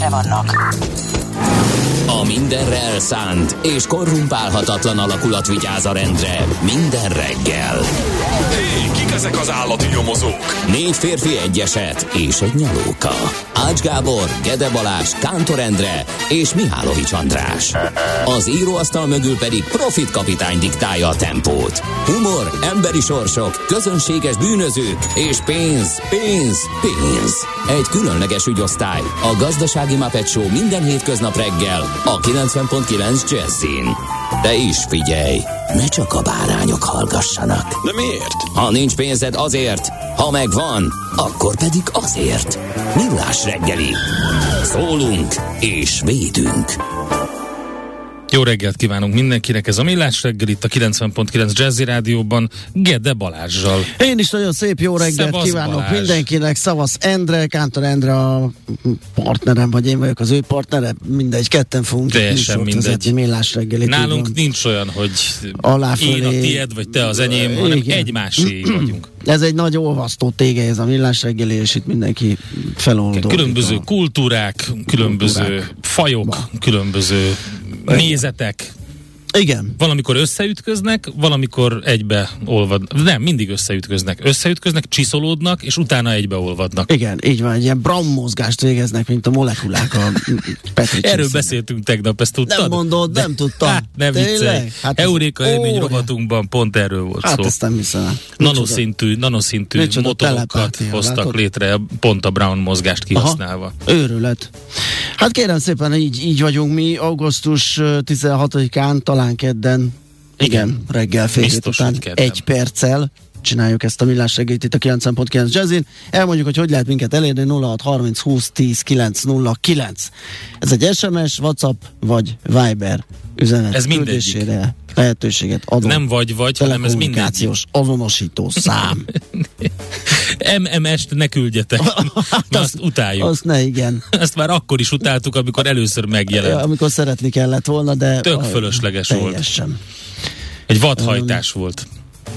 merre vannak. A mindenre elszánt és korrumpálhatatlan alakulat vigyáz a rendre minden reggel. Hé, kik ezek az állati nyomozók? 4 férfi, egy eset és egy nyalóka. Ács Gábor, Gede Balázs, Kántor Endre és Mihálovics András. Az íróasztal mögül pedig Profit kapitány diktálja a tempót. Humor, emberi sorsok, közönséges bűnözők és pénz, pénz, pénz. Egy különleges ügyosztály, a Gazdasági Muppet Show minden hétköznap reggel a 90.9 Jazzin. De is figyelj, ne csak a bárányok hallgassanak. De miért? Ha nincs pénzed, azért, ha megvan, akkor pedig azért. Millás reggeli. Szólunk és védünk. Jó reggelt kívánunk mindenkinek, ez a Millás reggel itt a 90.9 Jazzy Rádióban Gede Balázsjal. Én is nagyon szép jó reggelt Szevasz, kívánok Balázs. mindenkinek, szavasz Endre, Kántor Endre a partnerem, vagy én vagyok az ő partnere, mindegy, ketten fogunk Teljesen mindegy. Millás reggelit. Nálunk nincs olyan, hogy én a tied, vagy te az enyém, hanem egymásé vagyunk. Ez egy nagy olvasztó tége, ez a Millás reggeli, és itt mindenki feloldódik. Különböző kultúrák, különböző fajok, különböző nézetek. Igen. Valamikor összeütköznek, valamikor egybe olvad. Nem, mindig összeütköznek, csiszolódnak, és utána egybeolvadnak. Igen, így van, egy ilyen Brown mozgást végeznek, mint a molekulák a Petri Erről beszéltünk tegnap, ezt tudtad? Nem mondod, nem tudtam. Hát, ne viccelj. Hát Euréka élmény rovatunkban pont erről volt hát szó. ezt nem hiszem. Nanoszintű Micsoda motorokat telepátia, hoztak látod? létre, pont a Brown mozgást kihasználva. Őrület. Hát kérem szépen, így vagyunk mi, augusztus 16-án, talán kedden, igen, reggel fél hét Biztos, után, hogy kedden. 1 perccel csináljuk ezt a Millás reggelit itt a 90.9 Jazzin. Elmondjuk, hogy lehet minket elérni 0630 20 10 909. Ez egy SMS, WhatsApp vagy Viber üzenet Ez mindegyik. küldésére lehetőséget adó. Nem vagy, hanem ez mindegyik. Telekommunikációs azonosító szám. MMS-t ne küldjetek, mert azt utáljuk. Azt ne, igen. Ezt már akkor is utáltuk, amikor először megjelent. Amikor szeretni kellett volna, de Tök fölösleges volt. teljesen. Egy vadhajtás volt.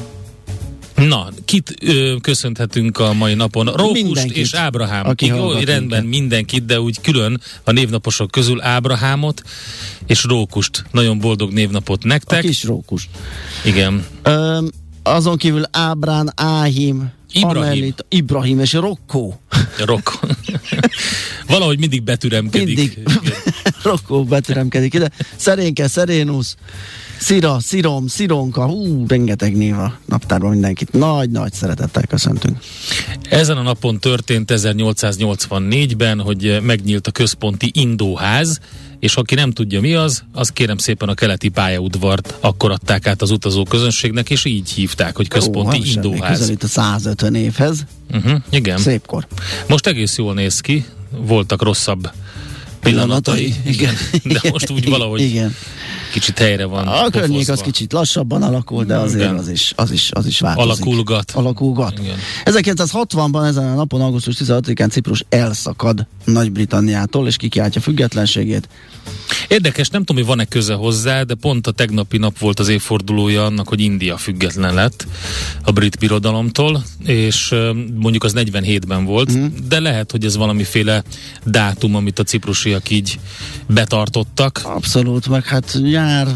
Na, kit köszönhetünk a mai napon? Rókust Mindenkit, és Ábrahám. aki Jó, hallgat rendben, minket. mindenkit, de úgy külön a névnaposok közül Ábrahámot és Rókust. Nagyon boldog névnapot A nektek. kis rókus. Igen. Azon kívül Ábrán, Áhim, Ibrahim és Rokkó. Rock. Valahogy mindig betüremkedik. Mindig Rokkó betüremkedik ide. Szerénke, Szerénusz, Szira, Szirom, Szironka, rengeteg név a naptárban, mindenkit nagy-nagy szeretettel köszöntünk. Ezen a napon történt 1884-ben, hogy megnyílt a központi Indóház, és aki nem tudja mi az kérem szépen a keleti pályaudvart akkor adták át az utazó közönségnek, és így hívták, hogy központi Indóház. Közelít a 150 évhez. Igen. Szépkor. Most egész jól néz ki, voltak rosszabb pillanatai, Igen. de most úgy valahogy igen. kicsit helyre van. A környék az pofozva. kicsit lassabban alakul, de azért az is változik. Alakulgat. Igen. 1960-ban ezen a napon, augusztus 16-án Ciprus elszakad Nagy-Britanniától, és kikiáltja függetlenségét. Érdekes, nem tudom, hogy van-e köze hozzá, de pont a tegnapi nap volt az évfordulója annak, hogy India független lett a brit birodalomtól, és mondjuk az 47-ben volt, de lehet, hogy ez valamiféle dátum, amit a ciprusiak így betartottak. Abszolút, meg hát jár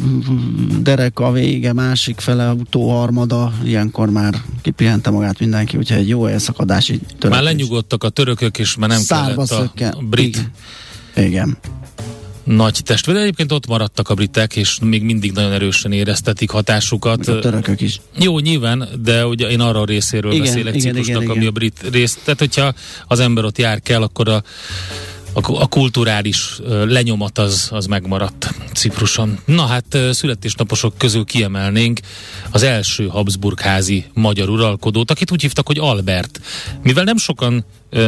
derek a vége, másik fele, utóharmada, ilyenkor már kipihente magát mindenki, úgyhogy egy jó elszakadási törekvés. Már lenyugodtak a törökök, és már nem Szárba kellett a szökken. brit Igen. nagy testvér, de egyébként ott maradtak a britek, és még mindig nagyon erősen éreztetik hatásukat. A törökök is. Jó, nyilván, de ugye én arra a részéről beszélek Ciprusnak, ami a brit rész. Tehát, hogyha az ember ott jár kell, akkor a kulturális lenyomat az megmaradt Cipruson. Na hát születésnaposok közül kiemelnénk az első Habsburg házi magyar uralkodót, akit úgy hívtak, hogy Albert. Mivel nem sokan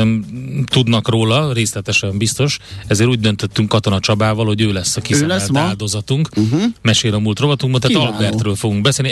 tudnak róla, részletesen biztos, ezért úgy döntöttünk Katona Csabával, hogy ő lesz a kiszemelt áldozatunk. Mesél a múlt rovatunkban, tehát Kiváló. Albertről fogunk beszélni.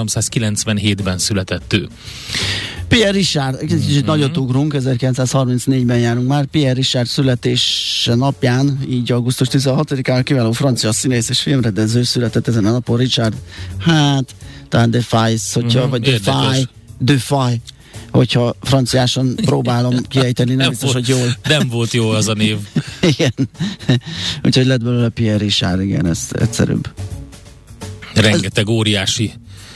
1397-ben született ő. Pierre Richard, kicsit nagyot ugrunk, 1934-ben járunk már, Pierre Richard születése napján, így augusztus 16-án kiváló francia színész és filmrendező született ezen a napon. Richard, hát, talán Defay, vagy Érdekes. Defay, hogyha franciáson próbálom kiejteni, nem biztos, hogy jól. Nem volt jó az a név. Igen. Úgyhogy lett belőle Pierre Richard, igen, ez egyszerűbb. Rengeteg óriási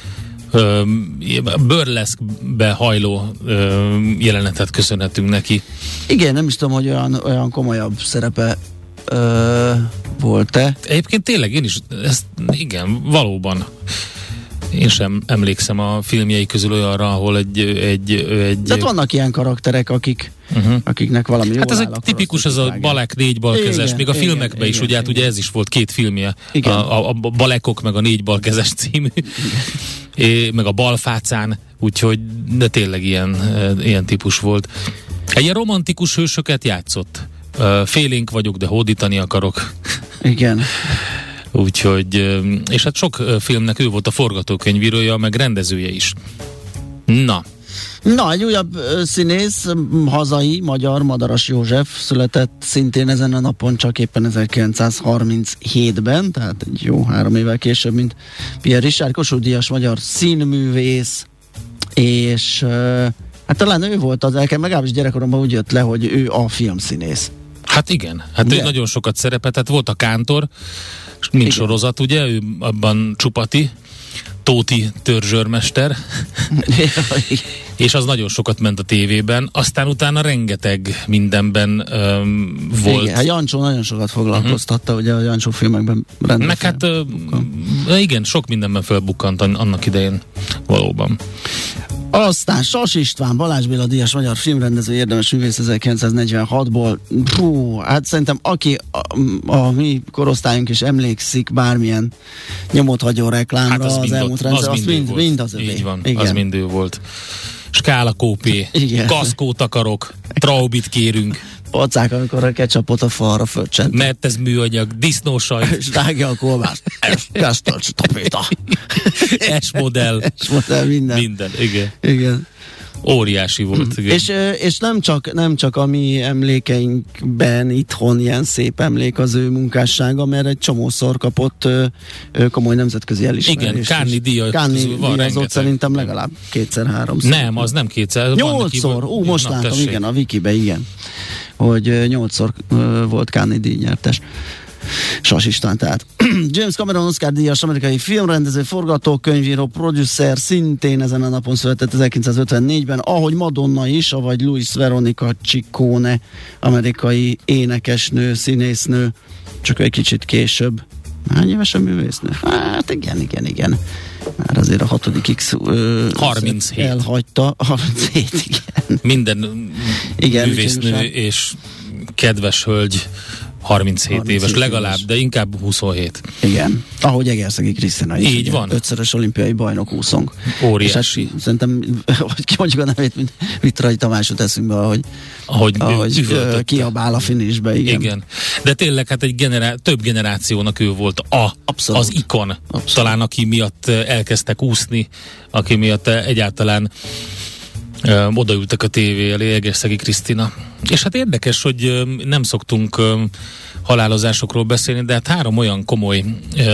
burleszkbe hajló jelenetet köszönhetünk neki. Igen, nem is tudom, hogy olyan komolyabb szerepe volt-e. Egyébként tényleg én is, igen, valóban. Én sem emlékszem a filmjei közül olyanra, ahol egy de vannak ilyen karakterek, akiknek valami jól hát ez áll. Hát ez tipikus, ez a balek, 4 balkezes, még a filmekben is, ugye, hát ugye ez is volt 2 filmje, a balekok meg a 4 balkezes című, meg a balfácán, úgyhogy de tényleg ilyen típus volt. Egy ilyen romantikus hősöket játszott. Félénk vagyok, de hódítani akarok. Igen. Úgyhogy, és hát sok filmnek ő volt a forgatókönyvírója, meg rendezője is. Na, egy újabb színész, hazai, magyar, Madaras József született szintén ezen a napon, csak éppen 1937-ben, tehát egy jó 3 évvel később, mint Pierre Richard, Kossuth-díjas magyar színművész, és hát talán ő volt az, legalábbis gyerekkoromban úgy jött le, hogy ő a filmszínész. Hát igen, hát ő nagyon sokat szerepelt, tehát volt a Kántor, mint igen. Sorozat, ugye, ő abban Csupati, Tóti törzsőrmester, és az nagyon sokat ment a tévében, aztán utána rengeteg mindenben volt. Igen, Jancsó nagyon sokat foglalkoztatta, ugye a Jancsó filmekben meg hát igen, sok mindenben felbukkant annak idején, valóban. Aztán Sas István, Balázs Béla díjas magyar filmrendező, érdemes művész 1946-ból. Hát szerintem aki a mi korosztályunk is emlékszik bármilyen nyomot hagyó reklámra, hát az elmúlt rendszer, az mind az övé. Így van, igen. Az mind ő volt. Skála kópé, kaszkót akarok, traubit kérünk. Pacák, amikor a ketchupot a falra fölcsent. Mert ez műanyag, disznósajt. És rágja a kolbászt. Kesztölcs tapéta. S-modell. S-modell, minden. Minden, igen. Igen. Óriási volt. És nem csak a mi emlékeinkben itthon ilyen szép emlék az ő munkássága, mert egy csomószor kapott komoly nemzetközi elismerést. Igen, Cannes díjazott szerintem legalább 2-3-szor. Nem, az nem 2-szer. 8-szor, most látom, tessék. Igen, a Wikibe, igen. Hogy 8-szor volt Cannes díjnyertes. Sas István, tehát. James Cameron Oscar díjas amerikai filmrendező, forgatókönyvíró, producer, szintén ezen a napon született 1954-ben, ahogy Madonna is, avagy Louis Veronica Ciccone, amerikai énekesnő, színésznő, csak egy kicsit később. Hány éves a művésznő? Hát igen. Már azért a 6. X 37. Elhagyta. 37, igen. Minden művésznő és kedves hölgy 37 éves legalább, de inkább 27. Igen. Ahogy Egerszegi Krisztina is. Így van. 5-szörös olimpiai bajnok úszong. Óriási. És hát, szerintem, hogy kimondjuk a nevét, mint Vitrai Tamás jut eszünkbe, ahogy kiabál a finisbe. Igen. De tényleg hát több generációnak ő volt az ikon. Abszolút. Talán aki miatt elkezdtek úszni, aki miatt egyáltalán odaültek a tévé elé, Egerszegi Krisztina. És hát érdekes, hogy nem szoktunk halálozásokról beszélni, de hát 3 olyan komoly,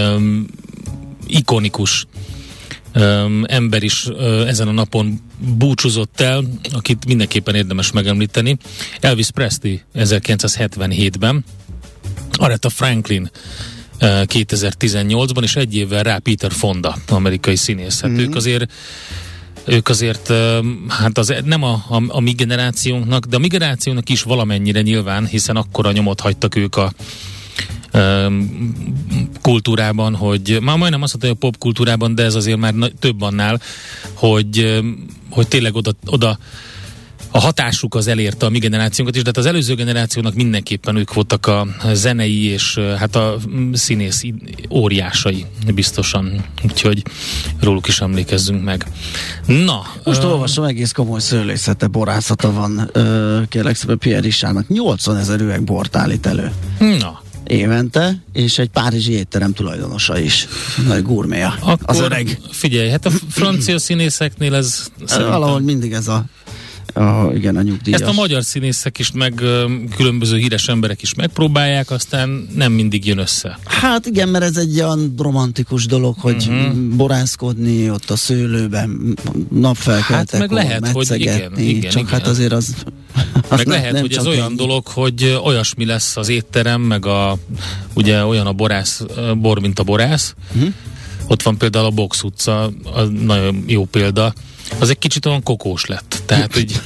ikonikus ember is ezen a napon búcsúzott el, akit mindenképpen érdemes megemlíteni. Elvis Presley 1977-ben, Aretha Franklin 2018-ban, és egy évvel rá Peter Fonda, amerikai színész. Hát ők azért hát nem a mi generációnknak, de a mi generációnak is valamennyire nyilván, hiszen akkora nyomot hagytak ők a kultúrában, hogy már majdnem azt mondta, hogy a popkultúrában, de ez azért már több annál, hogy tényleg oda a hatásuk az elérte a mi generációnkat is, de hát az előző generációnak mindenképpen ők voltak a zenei és hát a színész óriásai biztosan, úgyhogy róluk is emlékezzünk meg. Na. Most olvasom, egész komoly szőlészete, borászata van, kérlek szépen Pierre Richardnak 80 000 üveg bort állít elő. Na. Évente, és egy párizsi étterem tulajdonosa is. Nagy gurméja. Az öreg. Figyelj, hát a francia színészeknél ez valahogy mindig ez a igen, a nyugdíjas. Ezt a magyar színészek is, meg különböző híres emberek is megpróbálják, aztán nem mindig jön össze. Hát igen, mert ez egy olyan romantikus dolog, hogy borászkodni ott a szőlőben, napfelkeltekor, meg lehet, hogy igen, csak hát azért az meg lehet, hogy ez olyan dolog, hogy olyasmi lesz az étterem, meg ugye olyan a bor, mint a borász. Ott van például a Box utca, a nagyon jó példa. Az egy kicsit olyan kokós lett. Tehát, hogy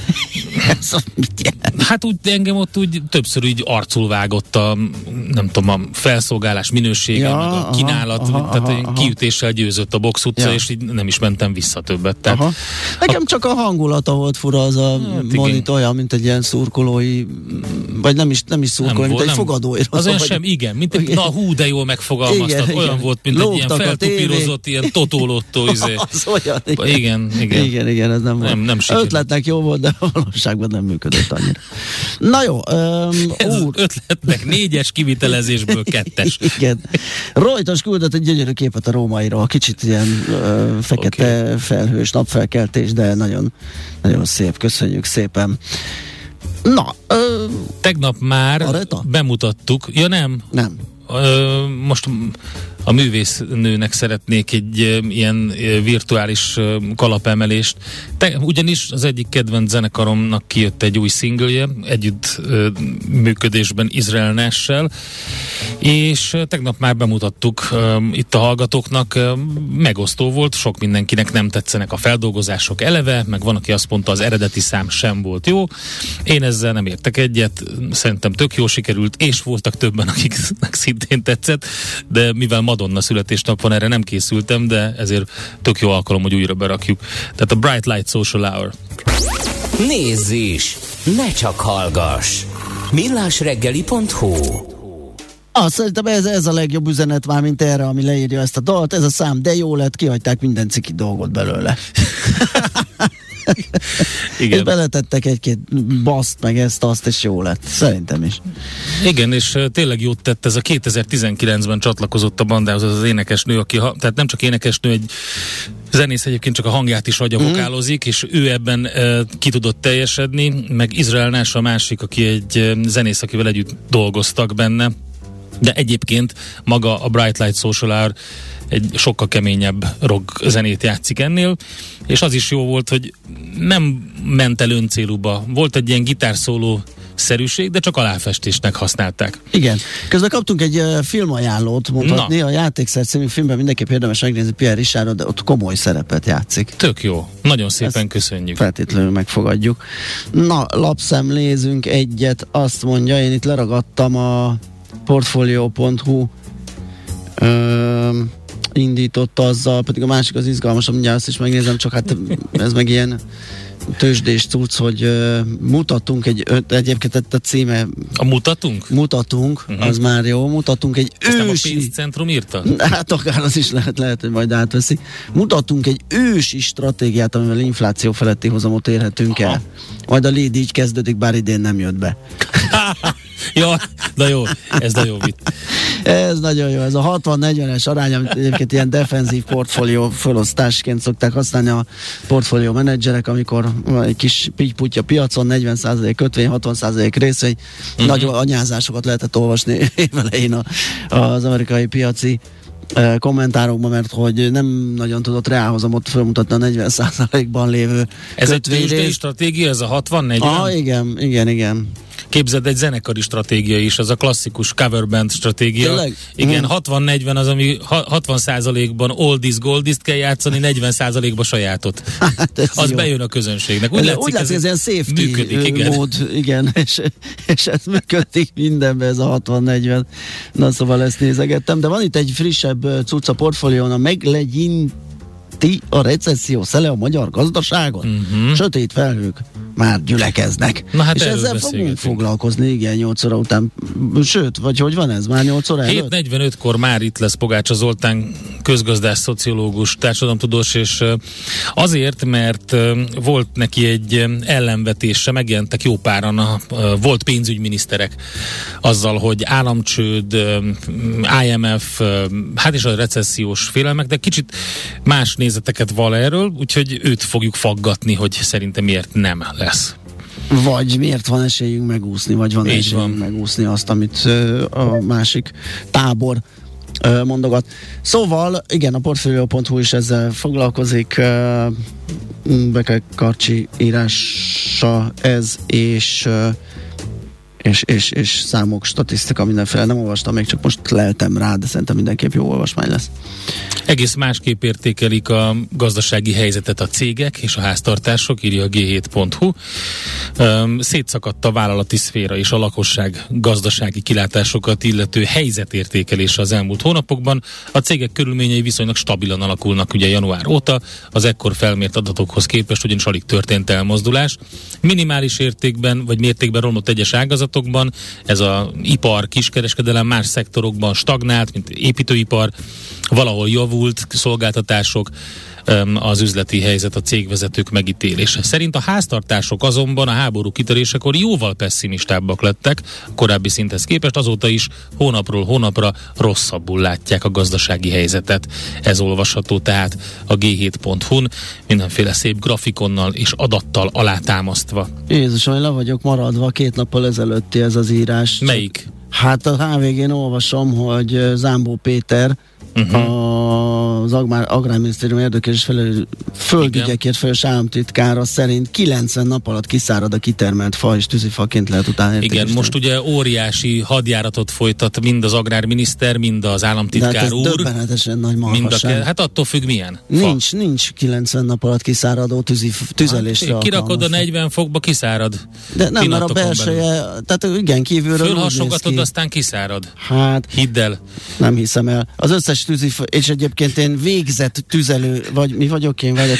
hát úgy engem ott úgy többször úgy arcul vágott nem tudom, a felszolgálás minősége, meg a kínálat, tehát kiütéssel győzött a Box utca, és így nem is mentem vissza többet. Tehát nekem csak a hangulata volt fura, az a monitor, olyan, mint egy ilyen szurkolói, vagy nem is szurkolói, mint egy fogadói. Az olyan sem, igen, mint egy, hú, de jól megfogalmaztad, olyan volt, mint egy ilyen feltupírozott, ilyen totólotto izé. Az olyan, igen, ez nem ötletnek jó volt, de a valóságban nem működött annyira. Na jó. Ötletnek 4-es, kivitelezésből 2-es. Igen. Rojtos küldött egy gyönyörű képet a rómairól, kicsit ilyen fekete felhős napfelkeltés, de nagyon, nagyon szép, köszönjük szépen. Na. Tegnap már bemutattuk. Ja nem. Most a művésznőnek szeretnék egy ilyen virtuális kalapemelést. Ugyanis az egyik kedvenc zenekaromnak kijött egy új szingleje, együtt működésben Israel Nash-sel, és tegnap már bemutattuk itt a hallgatóknak, megosztó volt, sok mindenkinek nem tetszenek a feldolgozások eleve, meg van, aki azt mondta, az eredeti szám sem volt jó. Én ezzel nem értek egyet, szerintem tök jó sikerült, és voltak többen, akiknek szintén tetszett, de mivel Madonna születésnap van, erre nem készültem, de ezért tök jó alkalom, hogy újra berakjuk. Tehát a Bright Light Social Hour. Nézz is! Ne csak hallgass! millásreggeli.hu Szerintem ez a legjobb üzenet már, mint erre, ami leírja ezt a dalt. Ez a szám, de jó lett, kihagyták minden ciki dolgot belőle. Igen. És beletettek egy-két baszt, meg ezt-azt, és jó lett. Szerintem is. Igen, és tényleg jót tett ez a 2019-ben csatlakozott a bandához az énekesnő, aki tehát nem csak énekesnő, egy zenész egyébként, csak a hangját is vokálozik, és ő ebben ki tudott teljesedni, meg Israel Nash a másik, aki egy zenész, akivel együtt dolgoztak benne. De egyébként maga a Bright Light Social Hour egy sokkal keményebb rock zenét játszik ennél, és az is jó volt, hogy nem ment el öncélúba. Volt egy ilyen gitárszóló szerűség, de csak aláfestésnek használták. Igen. Közben kaptunk egy filmajánlót, mondhatni, a Játékszer című filmben mindenképp érdemes megnézni Pierre Richardot, de ott komoly szerepet játszik. Tök jó. Nagyon szépen köszönjük. Feltétlenül megfogadjuk. Na, lapszemlézünk egyet, azt mondja, én itt leragadtam a portfolio.hu indított azzal, pedig a másik az izgalmasabb, mindjárt azt is megnézem, csak hát ez meg ilyen tőzsdés cucc, hogy mutatunk egyébként a címe... A mutatunk? Mutatunk, az már jó, mutatunk egy ősi... Ezt nem a pénzcentrum írta? Hát akár az is lehet, hogy majd átveszi. Mutatunk egy ősi stratégiát, amivel infláció feletti hozamot érhetünk el. Majd a lead így kezdődik, bár idén nem jött be. Ja, na jó, ez nagyon vitt. Ez nagyon jó, ez a 60-40-es arány, amit egyébként ilyen defenzív portfólió felosztásként szokták használni a portfólió menedzserek, amikor egy kis pitty-putty a piacon, 40% kötvény, 60% részvény, nagy anyázásokat lehetett olvasni évelején az amerikai piaci kommentárokban, mert hogy nem nagyon tudott reálhozamot felmutatni a 40%-ban lévő ez kötvényrész. Egy stratégia, ez a 60-40? Igen. Képzeld, egy zenekari stratégia is, az a klasszikus coverband stratégia. Tényleg? Igen, 60-40 az, ami 60%-ban oldies, goldies kell játszani, 40%-ban sajátot. Hát az jó. Bejön a közönségnek. Úgy látszik, ez ilyen safety mód, igen, és ez működik mindenben, ez a 60-40. Na szóval ezt nézegettem, de van itt egy frissebb cucc a portfólión, a meglegyinti a recesszió szele a magyar gazdaságot. Sötét felhők már gyülekeznek. Na hát és ezzel fogunk foglalkozni, igen, 8 óra után. Sőt, vagy hogy van ez? Már 8 óra előtt? 7:45-kor már itt lesz Pogácsa Zoltán, közgazdász, szociológus, társadalomtudós, és azért, mert volt neki egy ellenvetése, megjelentek jó páran volt pénzügyminiszterek azzal, hogy államcsőd, IMF, hát is a recessziós félelmek, de kicsit más nézeteket val erről, úgyhogy őt fogjuk faggatni, hogy szerintem miért nem lesz. Vagy miért van esélyünk megúszni, vagy van esélyünk megúszni azt, amit a másik tábor mondogat. Szóval, igen, a Portfolio.hu is ezzel foglalkozik, Beke Karcsi írása ez, és számok, statisztika, mindenféle. Nem olvastam, még csak most leltem rá, de szerintem mindenképp jó olvasmány lesz. Egész másképp értékelik a gazdasági helyzetet a cégek és a háztartások, írja a G7.hu. Szétszakadt a vállalati szféra és a lakosság gazdasági kilátásokat illető helyzetértékelése az elmúlt hónapokban. A cégek körülményei viszonylag stabilan alakulnak ugye január óta, az ekkor felmért adatokhoz képest ugyanis alig történt elmozdulás. Minimális értékben vagy mértékben romlott egyes ágazatokban, ez a ipar, kiskereskedelem, más szektorokban stagnált, mint építőipar, valahol javult, szolgáltatások, az üzleti helyzet, a cégvezetők megítélése. Szerint a háztartások azonban a háború kitörésekor jóval pessimistábbak lettek a korábbi szinthez képest, azóta is hónapról hónapra rosszabbul látják a gazdasági helyzetet. Ez olvasható tehát a G7.hu-n, mindenféle szép grafikonnal és adattal alátámasztva. Jézusom, én le vagyok maradva, 2 nappal ezelőtti ez az írás. Melyik? Hát a HVG-n olvasom, hogy Zámbó Péter, az Agrárminisztérium érdekes földügyekért felelős államtitkára szerint 90 nap alatt kiszárad a kitermelt fa, és tűzifaként lehet utána értékesíteni. Igen, most ugye óriási hadjáratot folytat mind az agrárminiszter, mind az államtitkár hát úr. Döbbenetesen nagy marhasság. Hát attól függ milyen. Nincs 90 nap alatt kiszáradó tüzelésre. Kirakod a 40 fokba, kiszárad. De nem, mert a belseje, tehát igen, kívülről fölhasogatod, aztán kiszárad. Hát, hidd el. Nem hiszem el. Az összes és egyébként én végzett tüzelő, vagy mi vagyok én, vagy a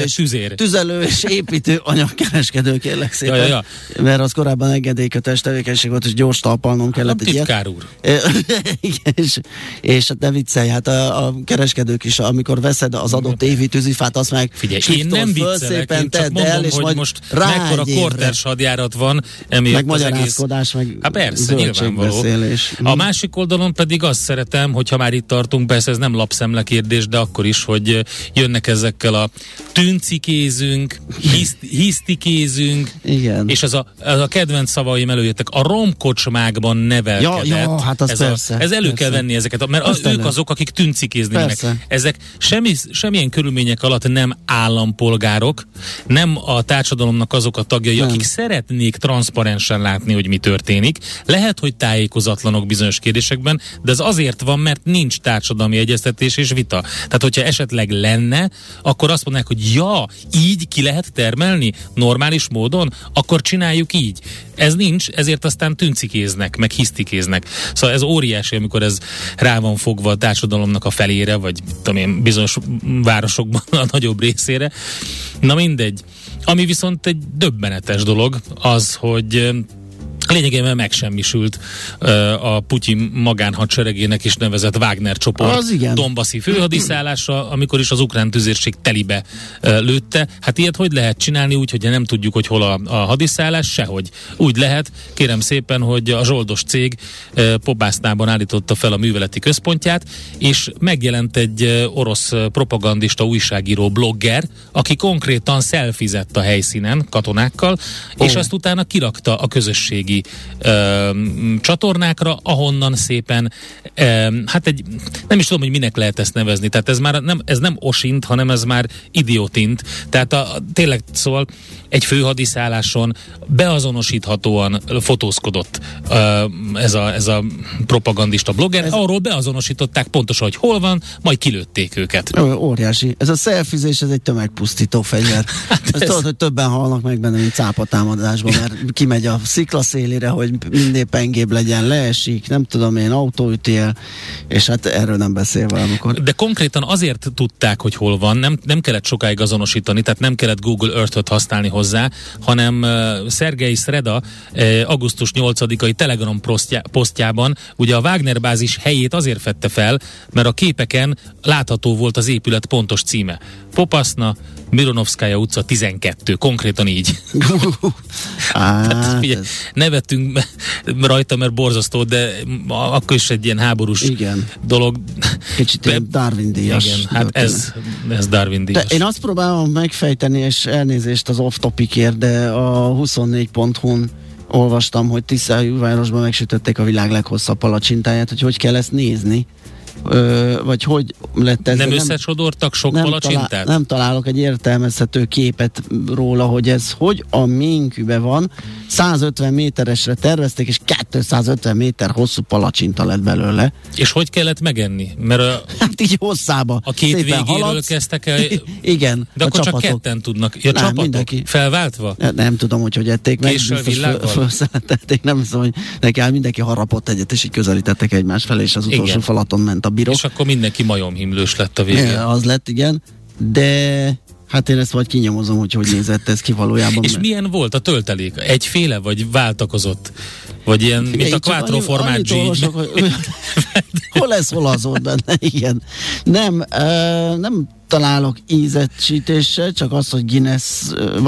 tüzelő és építő anyagkereskedő, kérlek szépen. Ja. Mert az korábban engedélyköteles tevékenység volt, és gyors talpalnom kellett. A titkár úr. Igen, és hát ne viccelj, hát a kereskedők is, amikor veszed az adott évi tűzifát, azt meg figyelj, én nem viccelek, én csak mondom, és hogy most mekkora kortárs hadjárat van, emiatt meg magyarázkodás, meg persze, nyilvánvaló. A másik oldalon pedig azt szeretem, hogyha már itt tartunk, persze ez nem lapszemle kérdés, de akkor is, hogy jönnek ezekkel a tüncikézünk, hisztikézünk, igen. És ez a kedvenc szavaim előjöttek, a romkocsmákban nevelkedett. Ja, hát az persze. Ez elő kell venni ezeket, mert ők azok, akik tüncikézni mennek. Ezek semmilyen körülmények alatt nem állampolgárok, nem a társadalomnak azok a tagjai, akik szeretnék transzparensen látni, hogy mi történik. Lehet, hogy tájékozatlanok bizonyos kérdésekben, de ez azért van, mert nincs társadalmi egyeztetés és vita. Tehát, hogyha esetleg lenne, akkor azt mondják, hogy így ki lehet termelni normális módon, akkor csináljuk így. Ez nincs, ezért aztán tüncikéznek, meg hisztikéznek. Szóval ez óriási, amikor ez rá van fogva a társadalomnak a felére, vagy tudom én, bizonyos városokban a nagyobb részére. Na mindegy. Ami viszont egy döbbenetes dolog, az, hogy lényegében megsemmisült a Putyin magánhadseregének is nevezett Wagner csoport donbaszi főhadiszállása, amikor is az ukrán tüzérség telibe lőtte. Hát ilyet hogy lehet csinálni úgy, hogy nem tudjuk, hogy hol a hadiszállás? Sehogy. Úgy lehet, kérem szépen, hogy a zsoldos cég Pobásznában állította fel a műveleti központját, és megjelent egy orosz propagandista, újságíró, blogger, aki konkrétan szelfizett a helyszínen katonákkal, és azt utána kirakta a közösségi csatornákra, ahonnan szépen nem is tudom, hogy minek lehet ezt nevezni, tehát ez nem osint, hanem ez már idiotint, tehát tényleg szóval egy főhadiszálláson beazonosíthatóan fotózkodott ez a propagandista blogger, arról beazonosították pontosan, hogy hol van, majd kilőtték őket. Óriási. Ez a szelfizés, ez egy tömegpusztító fegyver. Tudod, hogy többen halnak meg benne, mint cápatámadásban, mert kimegy a sziklaszélire, hogy minél pengébb legyen, leesik, nem tudom én, autóüti el, és hát erről nem beszél valamikor. De konkrétan azért tudták, hogy hol van, nem kellett sokáig azonosítani, tehát nem kellett Google Earth-öt használni hozzá, hanem Szergej Sreda augusztus 8-ai Telegram posztjában ugye a Wagner bázis helyét azért fedte fel, mert a képeken látható volt az épület pontos címe. Popaszna, Mironovszkája utca 12, konkrétan így. Tehát, ugye, nevettünk rajta, mert borzasztó, de akkor is egy ilyen háborús dolog. Kicsit ilyen Darwin-díjas. Igen, hát ez Darwin-díjas. De én azt próbálom megfejteni, és elnézést az off-topicért, de a 24.hu-n olvastam, hogy Tiszaújvárosban megsütötték a világ leghosszabb palacsintáját, hogy kell ezt nézni. Vagy hogy lett ez? Nem összesodortak sok palacsintát? Nem találok egy értelmezhető képet róla, hogy ez hogy a minkübe van. 150 méteresre tervezték, és 250 méter hosszú palacsinta lett belőle. És hogy kellett megenni? Mert hát így hosszába. A két végéről kezdtek el? Igen. De akkor csapatok. Csak ketten tudnak. Ja, nem, csapatok? Mindenki. Felváltva? Nem tudom, hogy ették meg. Késsel, villággal? Nem tudom, hogy mindenki harapott egyet, és így közelítettek egymás felé, és az utolsó falaton ment a bíró. És akkor mindenki majomhimlős lett a végén. Az lett, igen. De hát én ezt majd kinyomozom, hogy nézett ez ki valójában. És milyen volt a töltelék? Egyféle, vagy váltakozott? Vagy ilyen, mint a Quattro Formaggi? Hol ez, hol az volt benne? Igen. Nem találok ízesítéssel, csak az, hogy Guinness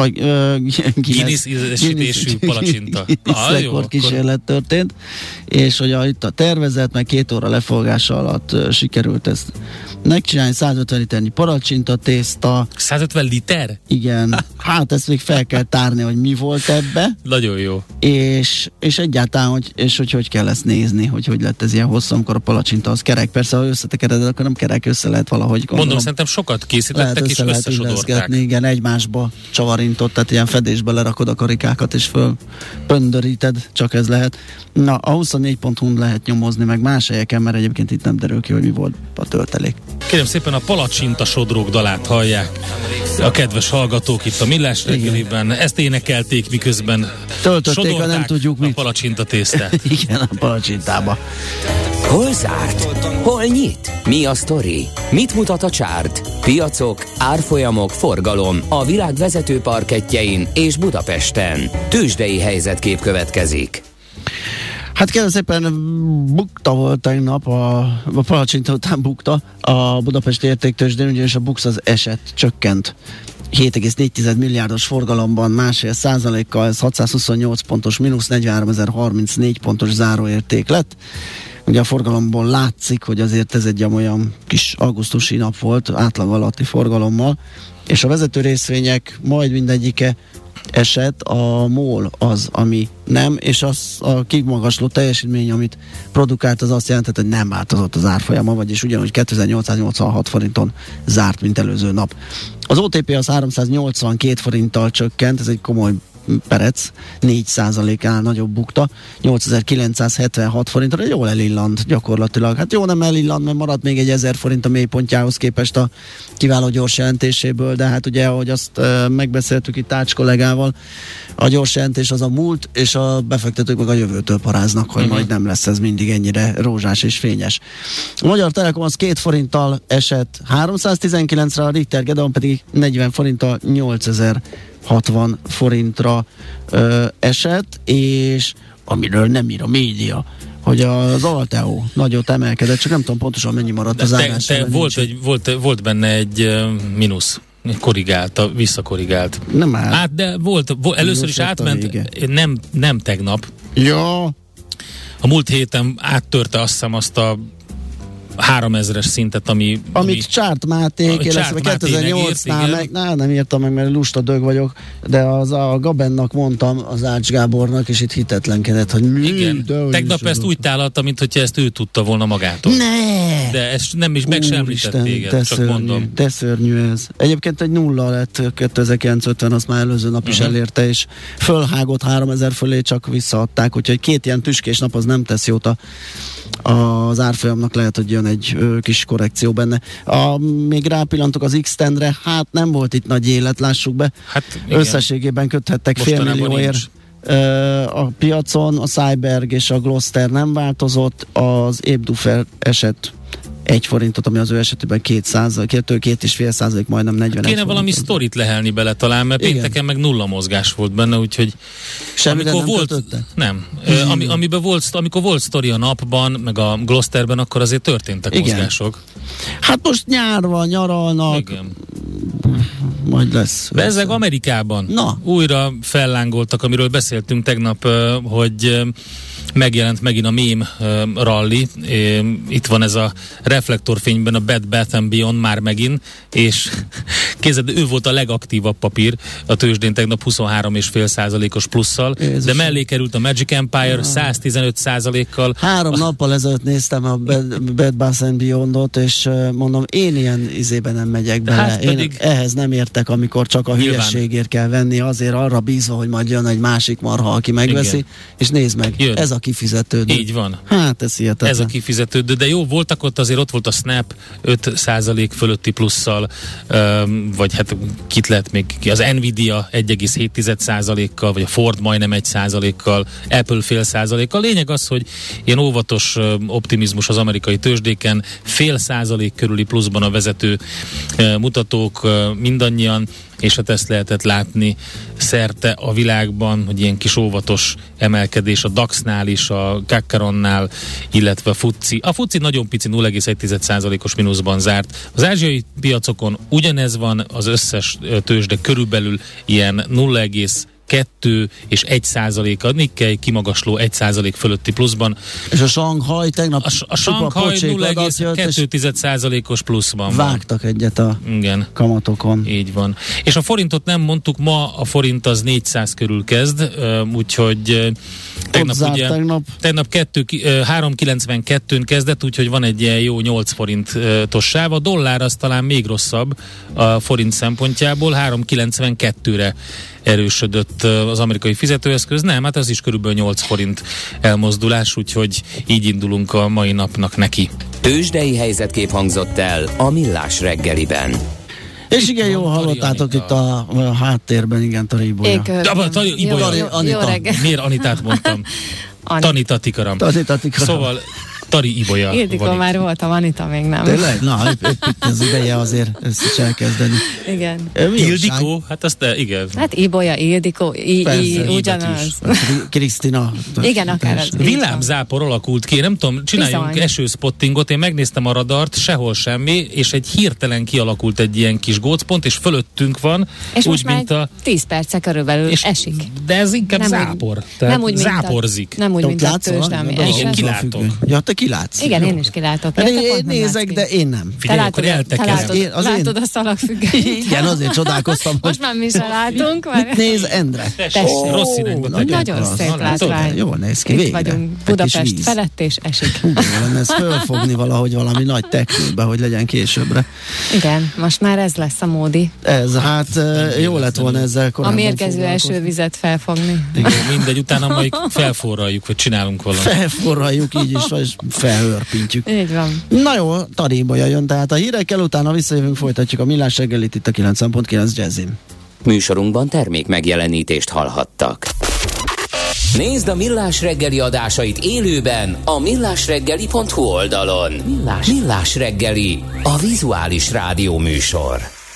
ízesítésű palacsinta. Rekordkísérlet történt, és hogy itt a tervezet, meg 2 óra lefogása alatt sikerült ezt megcsinálni. 150 liternyi palacsinta tészta. 150 liter? Igen. Hát ezt még fel kell tárni, hogy mi volt ebbe. Nagyon jó. És egyáltalán, hogy kell ezt nézni, hogy lett ez ilyen hosszú, amikor a palacsinta az kerek. Persze, ha összetekered, akkor nem kerek, össze lehet valahogy. Gondolom. Mondom, szerintem sokat készítettek, és összesodorták. Igen, egymásba csavarintott, tehát ilyen fedésbe lerakod a karikákat, és pöndöríted, csak ez lehet. Na, a 24.hu-n lehet nyomozni, meg más helyeken, mert egyébként itt nem derül ki, hogy mi volt a töltelék. Kérem szépen, a palacsinta sodrók dalát hallják a kedves hallgatók itt a Millás reggeliben. Ezt énekelték, miközben töltötték, nem tudjuk mit. A palacsinta tésztát. Igen, a palacsintába. Hol zárt? Hol nyit? Mi a sztori? Mit mutat a csárt? Piacok, árfolyamok, forgalom a világ vezető parkettjein és Budapesten. Tőzsdei helyzetkép következik. Hát kérlek szépen, bukta volt tegnap, a palacsinta után bukta a Budapesti értéktőzsdén, ugyanis a BUX az csökkent. 7,4 milliárdos forgalomban 1,5%-kal, ez 628 pontos mínusz, 43.034 pontos záróérték lett. Ugye a forgalomból látszik, hogy azért ez egy olyan kis augusztusi nap volt, átlag alatti forgalommal, és a vezető részvények majd mindegyike esett, a MOL az, ami nem, és az a kimagasló teljesítmény, amit produkált, az azt jelentett, hogy nem változott az árfolyama, vagyis ugyanúgy 2886 forinton zárt, mint előző nap. Az OTP az 382 forinttal csökkent, ez egy komoly perec, 4%-ál nagyobb bukta, 8976 forintra, jól elillant gyakorlatilag. Hát jó, nem elillant, mert maradt még egy 1000 forint a mélypontjához képest a kiváló gyors jelentéséből, de hát ugye, ahogy azt megbeszéltük itt Ács kollégával, a gyors jelentés az a múlt, és a befektetők meg a jövőtől paráznak, hogy majd nem lesz ez mindig ennyire rózsás és fényes. A Magyar Telekom az 2 forinttal esett 319-re, a Richter Gedeon pedig 40 forinttal 8060 forintra esett, És amiről nem ír a média, hogy az Alteo nagyot emelkedett, csak nem tudom pontosan mennyi maradt az árás. Volt benne egy mínusz. Visszakorrigált. Nem áll. Hát, de volt először is átment, nem tegnap. Ja. A múlt héten áttörte azt hiszem azt a 3000-es szintet, amit Csárt Máté, 2008-nál nem írtam meg, mert lusta dög vagyok, de az a Gabennak mondtam, az Ács Gábornak, és itt hitetlenkedett, hogy igen. Tegnap ezt úgy tálalta, mint hogyha ezt ő tudta volna magától. Ne! De ezt nem is meg sem említett téged, csak mondom. De szörnyű ez. Egyébként egy 0 lett 2950, azt már előző nap is elérte, és fölhágott 3000 fölé, csak visszaadták, úgyhogy 2 ilyen tüskés nap az nem tesz jót az árfolyamnak, lehet, hogy jön egy kis korrekció benne. Még rápillantok az X-tendre, hát nem volt itt nagy élet, lássuk be. Hát összességében köthettek $500,000 a piacon, a Cyberg és a Gloster nem változott, az Ébdufer esett 1 forintot, ami az ő esetében 2,5%, majdnem 41. Kéne valami sztorit lehelni bele talán, mert pénteken meg nulla mozgás volt benne, úgyhogy amikor volt sztori a napban, meg a Glosterben, akkor azért történtek mozgások. Hát most nyár van, nyaralnak, majd lesz. Bezzeg Amerikában újra fellángoltak, amiről beszéltünk tegnap, hogy megjelent megint a meme rally. Itt van ez a reflektorfényben a Bed Bath & Beyond már megint, és kézed, ő volt a legaktívabb papír a tőzsdén tegnap 23,5%-os plusszal, de mellé került a Magic Empire 115%-kal. 3 nappal ezelőtt néztem a Bed Bath & Beyondot, és mondom, én ilyen izében nem megyek bele. Hát pedig ehhez nem értek, amikor csak a hülyeségért kell venni, azért arra bízva, hogy majd jön egy másik marha, aki megveszi, igen. És nézd meg, jön. Ez a kifizetődő. Így van. Hát ez hihetetlen. Ez a kifizetődő, de jó, voltak ott volt a Snap 5% fölötti plusszal, vagy hát kit lehet még, az Nvidia 1,7%-kal, vagy a Ford majdnem 1%-kal, Apple fél százalékkal. Lényeg az, hogy ilyen óvatos optimizmus az amerikai tőzsdéken, 0,5% körüli pluszban a vezető mutatók mindannyian, és hát ezt lehetett látni szerte a világban, hogy ilyen kis óvatos emelkedés a DAX-nál is, a Kakkaronnál, illetve a FTSE. A FTSE nagyon pici 0,1%-os mínuszban zárt. Az ázsiai piacokon ugyanez van, az összes tőzsde körülbelül ilyen 0,2 és 1%, a Nikkei kimagasló 1% fölötti pluszban. És a Shanghai tegnap a Shanghai 0,2%-os pluszban vágtak egyet a kamatokon. Így van. És a forintot nem mondtuk, ma a forint az 400 körül kezd, úgyhogy tegnap 3,92-n kezdett, úgyhogy van egy ilyen jó 8 forintos sáv. A dollár az talán még rosszabb a forint szempontjából, 3,92-re erősödött az amerikai fizetőeszköz. Nem, hát ez is körülbelül 8 forint elmozdulás, úgyhogy így indulunk a mai napnak neki. Tőzsdei helyzetkép hangzott el a Millás reggeliben. És igen, jól hallottátok itt a háttérben, igen, Tari Ibolya. Miért Anitát mondtam? Tanita Tikaram. Szóval Tari Ibolya. Ildikó már voltam, Anita még nem. Tényleg? Na, épp az ideje azért ezt is elkezdeni. Igen. Ildikó? Hát azt igen. Hát Ibolya, Ildikó, ugyanaz. Krisztina. Igen, akár az. Villámzápor alakult ki, nem tudom, csináljunk esőspottingot, én megnéztem a radart, sehol semmi, és egy hirtelen kialakult egy ilyen kis gócpont, és fölöttünk van. És most már 10 perce körülbelül esik. De ez inkább zápor. Nem úgy, záporzik. Nem úgy, mint a tőzsde, ami esett. Igen, kilátok. Ja, te kilátsz. Igen, én is kilátok. Én nézek, de én nem. Figyelj, akkor látod a szalagfüggönyt. Igen, azért csodálkoztam. Most már mi se látunk. Mit néz Endre? Rossz irányba. Nagyon szép látvány. Jól néz ki, végre. Itt vagyunk Budapest felett, és esik. Jó lenne ezt fölfogni valahogy valami nagy technikbe, hogy legyen későbbre. Igen, most már ez lesz a módi. Ez, hát jó lett volna ezzel korábban. A mérgező esővizet felfogni. Igen, mindegy, utána majd felforraljuk, vagy csinálunk valamit. Felforraljuk így is, vagy felhörpintjük. Így van. Na jó, Tari Ibolya jön tehát a hírekkel, utána visszajövünk, folytatjuk a Millás reggelit itt a 90.9 Jazzin. Műsorunkban termék megjelenítést hallhattak. Nézd a Millás reggeli adásait élőben a millásreggeli.hu oldalon. Millás reggeli, a vizuális rádió műsor.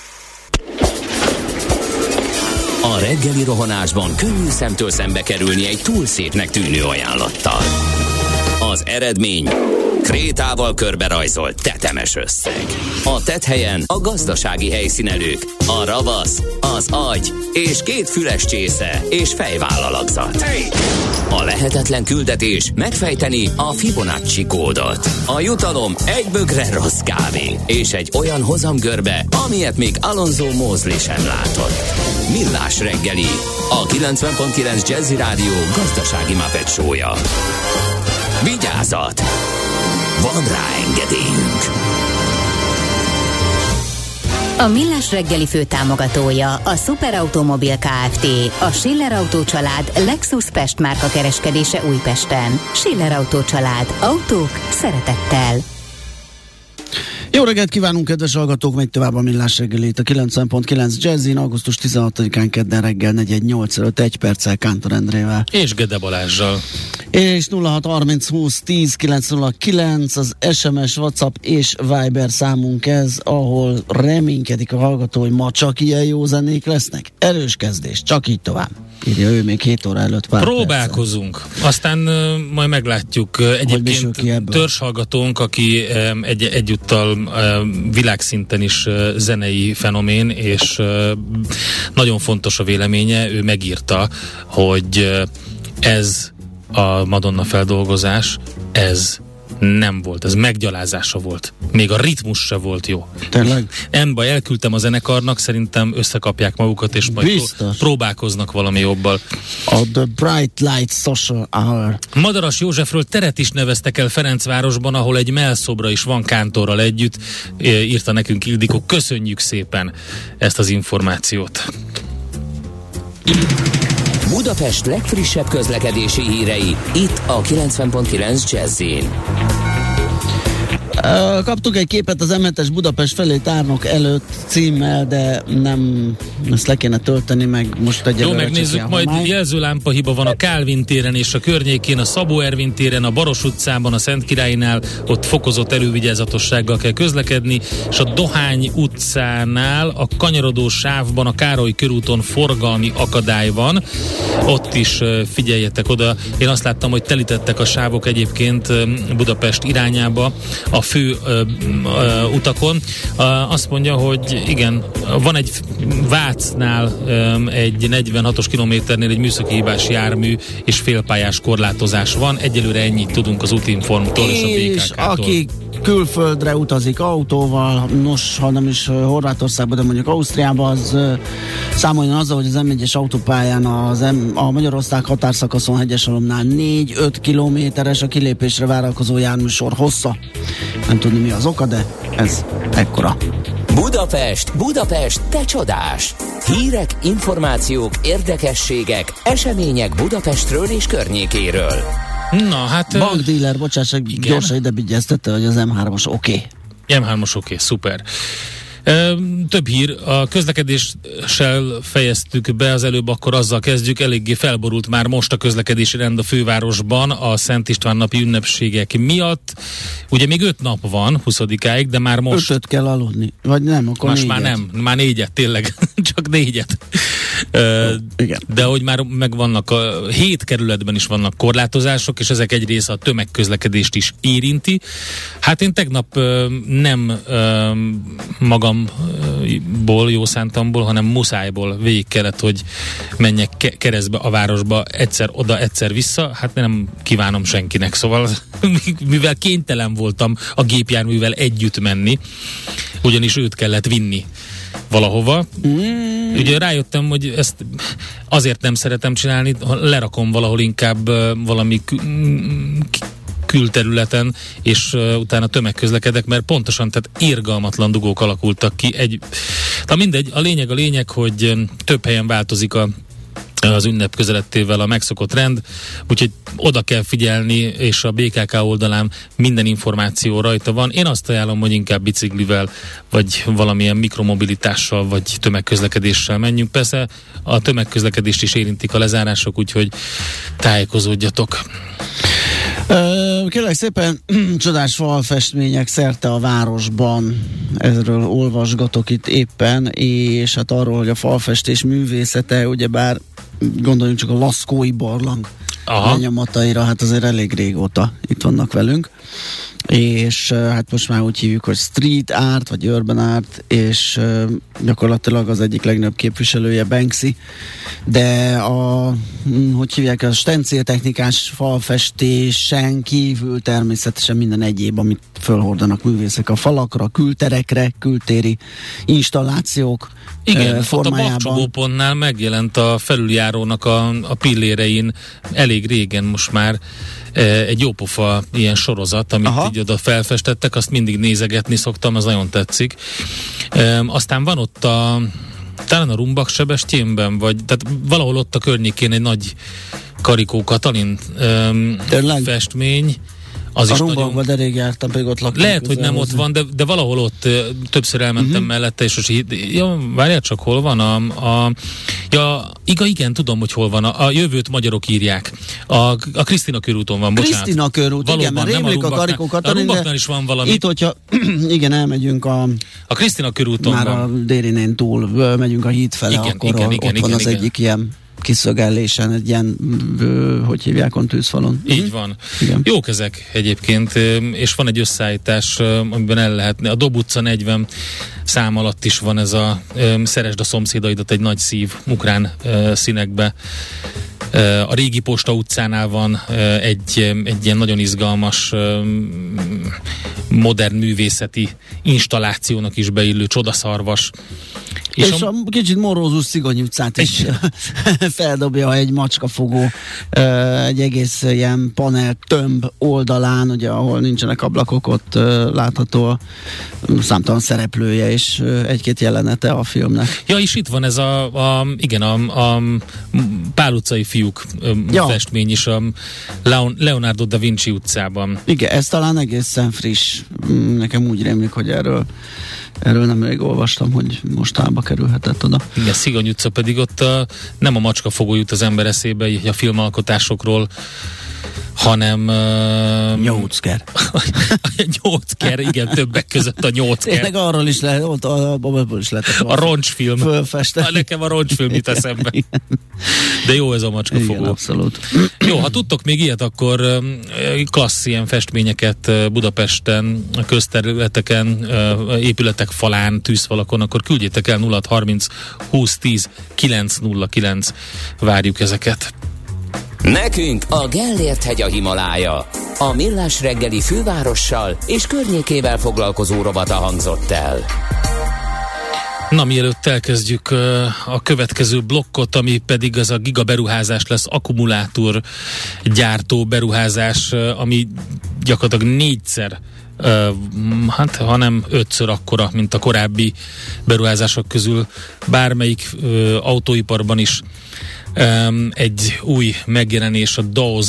A reggeli rohanásban könnyű szemtől szembe kerülni egy túl szépnek tűnő ajánlattal. Az eredmény krétával körberajzolt tetemes összeg. A tetthelyen a gazdasági helyszínelők, a ravasz, az agy és 2 füles csésze és fejvállalakzat. A lehetetlen küldetés megfejteni a Fibonacci kódot. A jutalom egy bögre rossz kávé és egy olyan hozamgörbe, amilyet még Alonso Mosley sem látott. Millás reggeli, a 90.9 Jazzy Rádió gazdasági Muppet show-ja. Vigyázat! Van rá engedélyünk! A Millás reggeli főtámogatója a Superautomobil Kft. A Schiller Autó család Lexus Pest márka kereskedése Újpesten. Schiller Autó család. Autók szeretettel. Jó reggelt kívánunk, kedves hallgatók, megy tovább a Millás reggelét a 90.9 Jazzin, augusztus 16-án kedden reggel 4:08 1 perccel Kántor Endrével. És Gede Balázssal. És 0630 20 10 909 az SMS, WhatsApp és Viber számunk ez, ahol reménykedik a hallgató, hogy ma csak ilyen jó zenék lesznek. Erős kezdés, csak így tovább. Írja ő még 7 óra előtt pár próbálkozunk. Percen. Aztán majd meglátjuk. Egyébként törzshallgatónk, aki egyúttal világszinten is zenei fenomén, és nagyon fontos a véleménye. Ő megírta, hogy ez a Madonna feldolgozás, ez nem volt, ez meggyalázása volt. Még a ritmus se volt jó. Tényleg? Nem baj, elküldtem a zenekarnak, szerintem összekapják magukat, és majd próbálkoznak valami jobbal. A The Bright Light Social Hour. Madaras Józsefről teret is neveztek el Ferencvárosban, ahol egy mellszobra is van Kántorral együtt, írta nekünk Ildikó. Köszönjük szépen ezt az információt. Budapest legfrissebb közlekedési hírei, itt a 90.9 Jazz-in. Kaptunk egy képet az M7-es Budapest felé Tárnok előtt címmel, de nem, ezt le kéne tölteni, meg most egyelőre. Jó, megnézzük, majd jelzőlámpa hiba van a Kálvin téren és a környékén, a Szabó Ervin téren, a Baros utcában, a Szent Királynál, ott fokozott elővigyázatossággal kell közlekedni, és a Dohány utcánál, a kanyarodó sávban, a Károly körúton forgalmi akadály van. Ott is figyeljetek oda. Én azt láttam, hogy telítettek a sávok egyébként Budapest irányába, a fő utakon. Azt mondja, hogy igen, van egy Vácnál egy 46-os kilométernél egy műszaki hibás jármű és félpályás korlátozás van. Egyelőre ennyit tudunk az Útinformtól és a BKK-tól. Aki külföldre utazik autóval, nos, ha nem is Horvátországba, de mondjuk Ausztriába, az számoljon azzal, hogy az M1-es autópályán a Magyarország határszakaszon Hegyesalomnál 4-5 kilométeres a kilépésre várakozó járműsor hossza. Nem tudni mi az oka, de ez ekkora. Budapest, te csodás! Hírek, információk, érdekességek, események Budapestről és környékéről. Na, hát... Bankdíler, bocsássak, gyorsan ide vigyáztette, hogy az M3-os oké. M3-os oké, szuper. Több hír, a közlekedéssel fejeztük be az előbb, akkor azzal kezdjük, eléggé felborult már most a közlekedési rend a fővárosban a Szent István napi ünnepségek miatt. Ugye még 5 nap van, 20-áig, de már most... 5-öt kell aludni, vagy nem, akkor most 4-et. Már nem, már 4-et, tényleg, csak 4-et. Igen. De hogy már megvannak, 7 kerületben is vannak korlátozások, és ezek egy része a tömegközlekedést is érinti. Hát én tegnap nem magamból, jó szántamból, hanem muszájból végig kellett, hogy menjek keresztbe a városba, egyszer oda, egyszer vissza, hát nem kívánom senkinek, szóval mivel kénytelen voltam a gépjárművel együtt menni, ugyanis őt kellett vinni valahova. Ugye rájöttem, hogy ezt azért nem szeretem csinálni, lerakom valahol inkább valami külterületen, és utána tömegközlekedek, mert pontosan, tehát irgalmatlan dugók alakultak ki. Na mindegy, a lényeg, hogy több helyen változik az ünnep közelettével a megszokott rend, úgyhogy oda kell figyelni, és a BKK oldalán minden információ rajta van. Én azt ajánlom, hogy inkább biciklivel, vagy valamilyen mikromobilitással, vagy tömegközlekedéssel menjünk. Persze a tömegközlekedést is érintik a lezárások, úgyhogy tájékozódjatok. Kérlek szépen, csodás falfestmények szerte a városban, erről olvasgatok itt éppen, és hát arról, hogy a falfestés művészete, ugyebár gondoljunk csak a Laszkói barlang lenyomataira, hát azért elég régóta itt vannak velünk, és hát most már úgy hívjuk, hogy street art, vagy urban art, és gyakorlatilag az egyik legnagyobb képviselője Banksy, de hogy hívják, a stencéltechnikás falfestésen kívül természetesen minden egyéb, amit fölhordanak művészek a falakra, külterekre, kültéri installációk. Igen, ott a Bakcsogópontnál megjelent a felüljárónak a pillérein elég régen most már egy jópofa ilyen sorozat, amit így oda felfestettek, azt mindig nézegetni szoktam, az nagyon tetszik. Aztán van ott talán a Rumbak Sebestyénben, vagy tehát valahol ott a környékén egy nagy Karikó Katalin festmény. Az a Rumbakban de rég jártam, pedig ott laktam. Lehet, hogy nem ott van, de valahol ott többször elmentem mellette, és most várjál csak, hol van igen, tudom, hogy hol van. A Jövőt magyarok írják. A Krisztina körúton van, bocsánat. Krisztina körút, valóban, igen, mert rémlik a Karikó Katalin, a Rumbaknál is van valami. Itt, hogyha igen, elmegyünk a Krisztina körúton már van. a Dérinén túl, megyünk a híd fele, akkor ott van az egyik ilyen kiszögellésen, egy ilyen, hogy hívják, tűzfalon. Így van. Igen. Jók ezek egyébként, és van egy összeállítás, amiben el lehetne. A Dob utca 40 szám alatt is van ez a szeresd a szomszédaidat egy nagy szív ukrán színekbe. A Régi Posta utcánál van egy ilyen nagyon izgalmas modern művészeti installációnak is beillő csodaszarvas. És a kicsit morózus Szigony utcát is feldobja egy macskafogó, egy egész ilyen panel tömb oldalán, ugye, ahol nincsenek ablakok, ott látható a számtalan szereplője és egy-két jelenete a filmnek. Ja, és itt van ez a Pál utcai fiúk festmény is a Leonardo da Vinci utcában. Igen, ez talán egészen friss. Nekem úgy rémlik, hogy erről nemrég olvastam, hogy mostában kerülhetett oda. Igen, Szigony utca pedig ott nem a macskafogó jut az ember eszébe a filmalkotásokról, hanem... Nyócker. Nyócker, igen, többek között a Nyócker. Tényleg arról is lehet, abból is lehet. A roncsfilm. Fölfesteni. Nekem a roncsfilm jut eszembe. De jó ez a macskafogó. Igen, abszolút. Jó, ha tudtok még ilyet, akkor klassz ilyen festményeket Budapesten, közterületeken, épületek falán, tűzfalakon, akkor küldjétek el 0630 2010 909. Várjuk ezeket. Nekünk a Gellért-hegy a Himalája. A Millás reggeli fővárossal és környékével foglalkozó rovata hangzott el. Na, mielőtt elkezdjük a következő blokkot, ami pedig az a gigaberuházás lesz, akkumulátorgyártó beruházás, ami gyakorlatilag 4-szer, hanem 5-ször akkora, mint a korábbi beruházások közül bármelyik autóiparban is. Egy új megjelenés a Dawes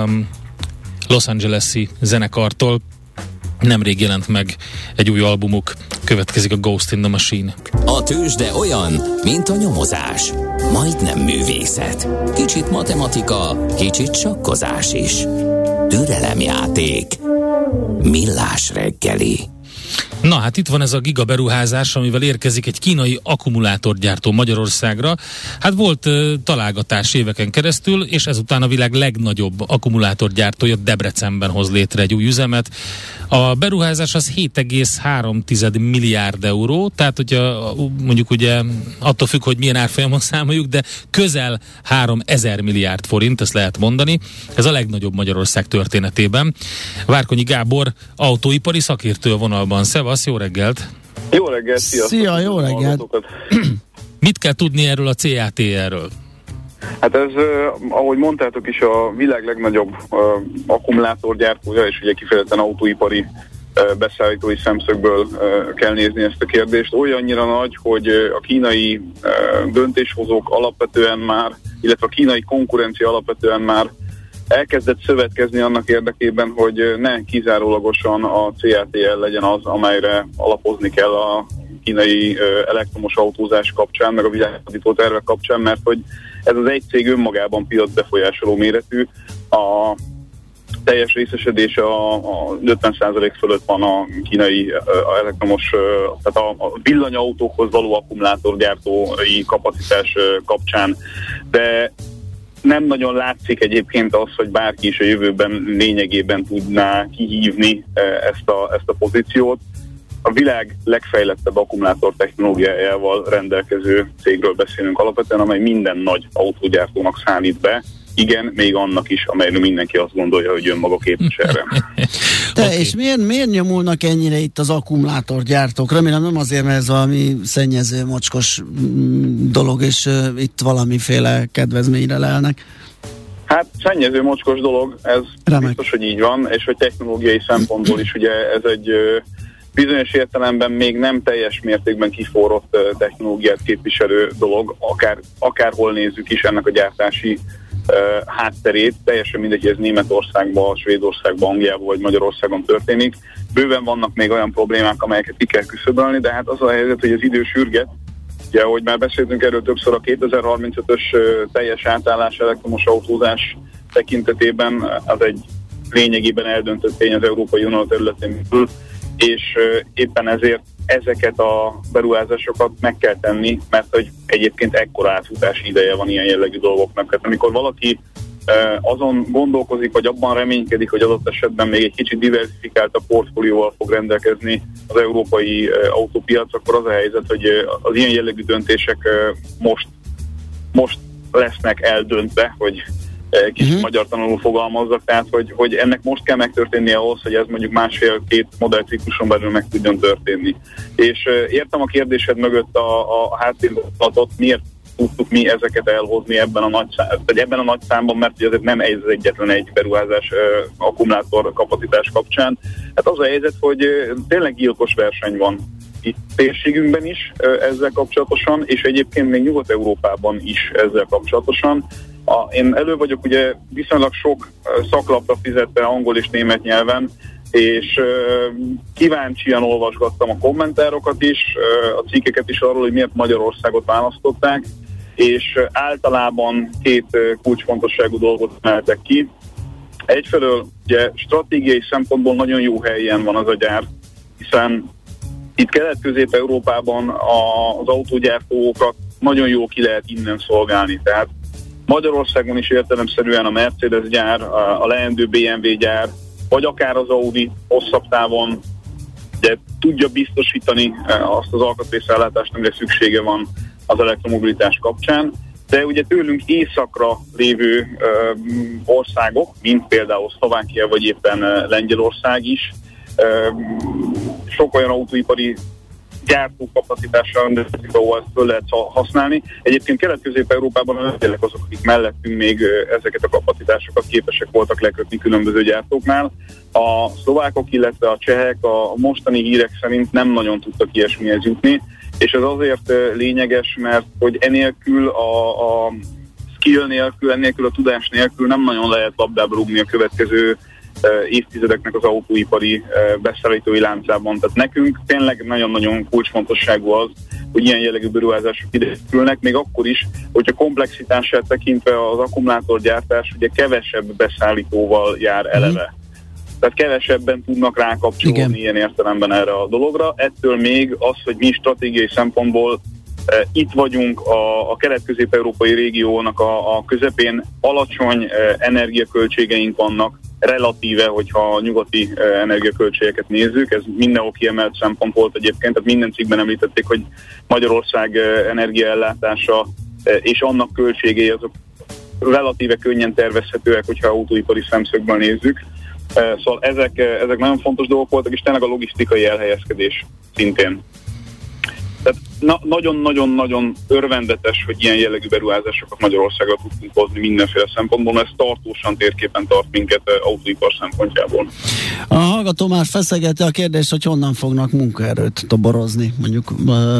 Los Angeles-i zenekartól. Nemrég jelent meg egy új albumuk, következik a Ghost in the Machine. A tőzsde olyan, mint a nyomozás. Majdnem művészet. Kicsit matematika, kicsit sakkozás is. Türelemjáték. Millás reggeli. Na hát itt van ez a gigaberuházás, amivel érkezik egy kínai akkumulátorgyártó Magyarországra. Hát volt találgatás éveken keresztül, és ezután a világ legnagyobb akkumulátorgyártója Debrecenben hoz létre egy új üzemet. A beruházás az 7,3 milliárd euró, tehát hogyha mondjuk ugye attól függ, hogy milyen árfolyamon számoljuk, de közel 3000 milliárd forint, ezt lehet mondani. Ez a legnagyobb Magyarország történetében. Várkonyi Gábor autóipari szakértő a vonalban. Szevasz, jó reggelt! Jó reggelt, sziasztok! Szia, jó reggelt! Mit kell tudni erről a CATL-ről? Hát ez, ahogy mondtátok is, a világ legnagyobb akkumulátorgyártója, és ugye kifejezetten autóipari beszállítói szemszögből kell nézni ezt a kérdést. Olyannyira nagy, hogy a kínai döntéshozók alapvetően már, illetve a kínai konkurencia alapvetően már elkezdett szövetkezni annak érdekében, hogy ne kizárólagosan a CATL legyen az, amelyre alapozni kell a kínai elektromos autózás kapcsán, meg a világító tervek kapcsán, mert hogy ez az egy cég önmagában piac befolyásoló méretű. A teljes részesedése a 50% fölött van a kínai elektromos, tehát a villanyautókhoz való akkumulátorgyártói kapacitás kapcsán, de nem nagyon látszik egyébként az, hogy bárki is a jövőben lényegében tudná kihívni ezt a pozíciót. A világ legfejlettebb akkumulátor technológiájával rendelkező cégről beszélünk alapvetően, amely minden nagy autógyártónak számít be. Igen, még annak is, amelyről mindenki azt gondolja, hogy önmaga képes erre. Okay. És miért nyomulnak ennyire itt az akkumulátorgyártók? Remélem nem azért, mert ez valami szennyező, mocskos dolog, és itt valamiféle kedvezményre lelnek. Hát szennyező, mocskos dolog, ez biztos, hogy így van, és hogy technológiai szempontból is ugye ez egy bizonyos értelemben még nem teljes mértékben kiforrott technológiát képviselő dolog, akárhol nézzük is ennek a gyártási hátterét, teljesen mindegy, ez Németországban, Svédországban, Angliában vagy Magyarországon történik. Bőven vannak még olyan problémák, amelyeket ki kell küszöbölni, de hát az a helyzet, hogy az idő sürget. Ugye, ahogy már beszéltünk erről többször, a 2035-ös teljes átállás elektromos autózás tekintetében az egy lényegében eldöntött tény az Európai Unió területén belül, és éppen ezért ezeket a beruházásokat meg kell tenni, mert hogy egyébként ekkora átfutási ideje van ilyen jellegű dolgoknak. Tehát amikor valaki azon gondolkozik, vagy abban reménykedik, hogy adott esetben még egy kicsit diversifikáltabb portfólióval fog rendelkezni az európai autópiac, akkor az a helyzet, hogy az ilyen jellegű döntések most lesznek eldöntve, hogy kicsit magyar tanuló fogalmazzak, tehát hogy ennek most kell megtörténnie ahhoz, hogy ez mondjuk másfél-két modellcikluson belül meg tudjon történni. És értem a kérdésed mögött a háttérgondolatot, miért tudtuk mi ezeket elhozni ebben a nagy számban, mert azért nem ez egyetlen egy beruházás akkumulátor kapacitás kapcsán. Hát az a helyzet, hogy tényleg gyilkos verseny van itt térségünkben is ezzel kapcsolatosan, és egyébként még Nyugat-Európában is ezzel kapcsolatosan. Én elő vagyok ugye viszonylag sok szaklapra fizetve angol és német nyelven, és kíváncsian olvasgattam a kommentárokat is, a cikkeket is arról, hogy miért Magyarországot választották, és általában két kulcsfontosságú dolgot emeltek ki. Egyfelől ugye stratégiai szempontból nagyon jó helyen van az a gyár, hiszen itt Kelet-Közép-Európában az autógyártókat nagyon jó ki lehet innen szolgálni. Tehát Magyarországon is értelemszerűen a Mercedes gyár, a leendő BMW gyár, vagy akár az Audi hosszabb távon ugye, tudja biztosítani azt az alkatrészellátást, amire szüksége van az elektromobilitás kapcsán. De ugye tőlünk északra lévő országok, mint például Szlovákia vagy éppen Lengyelország is, sok olyan autóipari gyártókapacitással rendelkezik, ahol ezt föl lehet használni. Egyébként Kelet-Közép-Európában a lengyelek azok, akik mellettünk még ezeket a kapacitásokat képesek voltak lekötni különböző gyártóknál. A szlovákok, illetve a csehek a mostani hírek szerint nem nagyon tudtak ilyesmihez jutni, és ez azért lényeges, mert hogy enélkül a skill nélkül, enélkül a tudás nélkül nem nagyon lehet labdába rúgni a következő évtizedeknek az autóipari beszállítói láncában. Tehát nekünk tényleg nagyon-nagyon kulcsfontosságú az, hogy ilyen jellegű beruházások ide-ülnek, még akkor is, hogyha komplexitását tekintve az akkumulátorgyártás ugye kevesebb beszállítóval jár eleve. Tehát kevesebben tudnak rákapcsolódni ilyen értelemben erre a dologra. Ettől még az, hogy mi stratégiai szempontból itt vagyunk a kelet-közép-európai régiónak a közepén, alacsony energiaköltségeink vannak, relatíve, hogyha a nyugati energiaköltségeket nézzük, ez mindenhol kiemelt szempont volt egyébként, tehát minden cikkben említették, hogy Magyarország energiaellátása és annak költségei azok relatíve könnyen tervezhetőek, hogyha autóipari szemszögből nézzük. Szóval ezek nagyon fontos dolgok voltak, és tényleg a logisztikai elhelyezkedés szintén. Tehát nagyon-nagyon-nagyon örvendetes, hogy ilyen jellegű beruházásokat Magyarországra tudtunk hozni mindenféle szempontból, mert ez tartósan térképen tart minket autóipar szempontjából. A hallgató már feszegette a kérdést, hogy honnan fognak munkaerőt toborozni, mondjuk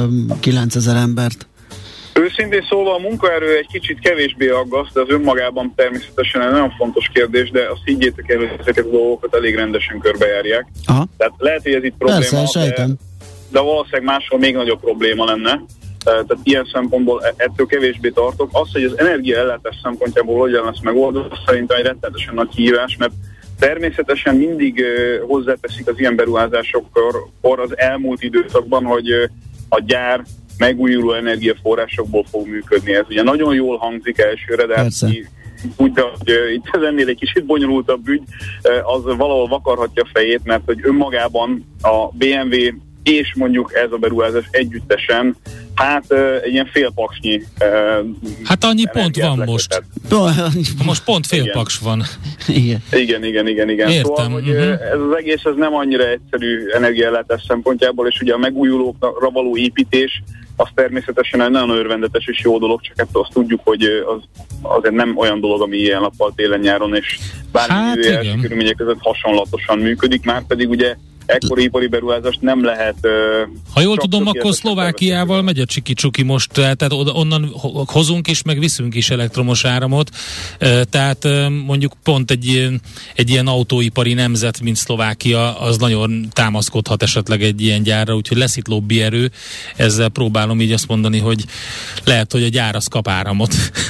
9000 embert. Őszintén szóval a munkaerő egy kicsit kevésbé aggaszt, de az önmagában természetesen egy nagyon fontos kérdés, de azt higgyétek el, hogy ezeket a dolgokat elég rendesen körbejárják. Aha. Tehát lehet, hogy ez itt probléma, de valószínűleg máshol még nagyobb probléma lenne. Tehát ilyen szempontból ettől kevésbé tartok. Az, hogy az energiaellátás szempontjából hogyan lesz megoldva, szerintem egy rettenetesen nagy kihívás, mert természetesen mindig hozzáteszik az ilyen beruházásokkor az elmúlt időszakban, hogy a gyár megújuló energiaforrásokból fog működni. Ez ugye nagyon jól hangzik elsőre, de úgy, hogy itt ez ennél egy kicsit bonyolultabb ügy, az valahol vakarhatja a fejét, mert hogy önmagában a BMW és mondjuk ez a beruházás együttesen, hát egy ilyen félpaksnyi hát annyi pont van most. Most pont félpaks van. Igen. Értem. Szóval, hogy ez az egész ez nem annyira egyszerű energiaellátás szempontjából, és ugye a megújulókra való építés az természetesen egy nagyon örvendetes és jó dolog, csak ettől azt tudjuk, hogy az azért nem olyan dolog, ami ilyen nappal télen-nyáron, és bármilyen időjárási körülmények között hasonlatosan működik, már pedig ugye ekkori ipari beruházást nem lehet... Ha jól tudom, akkor Szlovákiával megy a csiki-csuki most, tehát onnan hozunk is, meg viszünk is elektromos áramot, tehát mondjuk pont egy ilyen autóipari nemzet, mint Szlovákia, az nagyon támaszkodhat esetleg egy ilyen gyárra, úgyhogy lesz itt lobbyerő, ezzel próbálom így azt mondani, hogy lehet, hogy a gyár az kap áramot.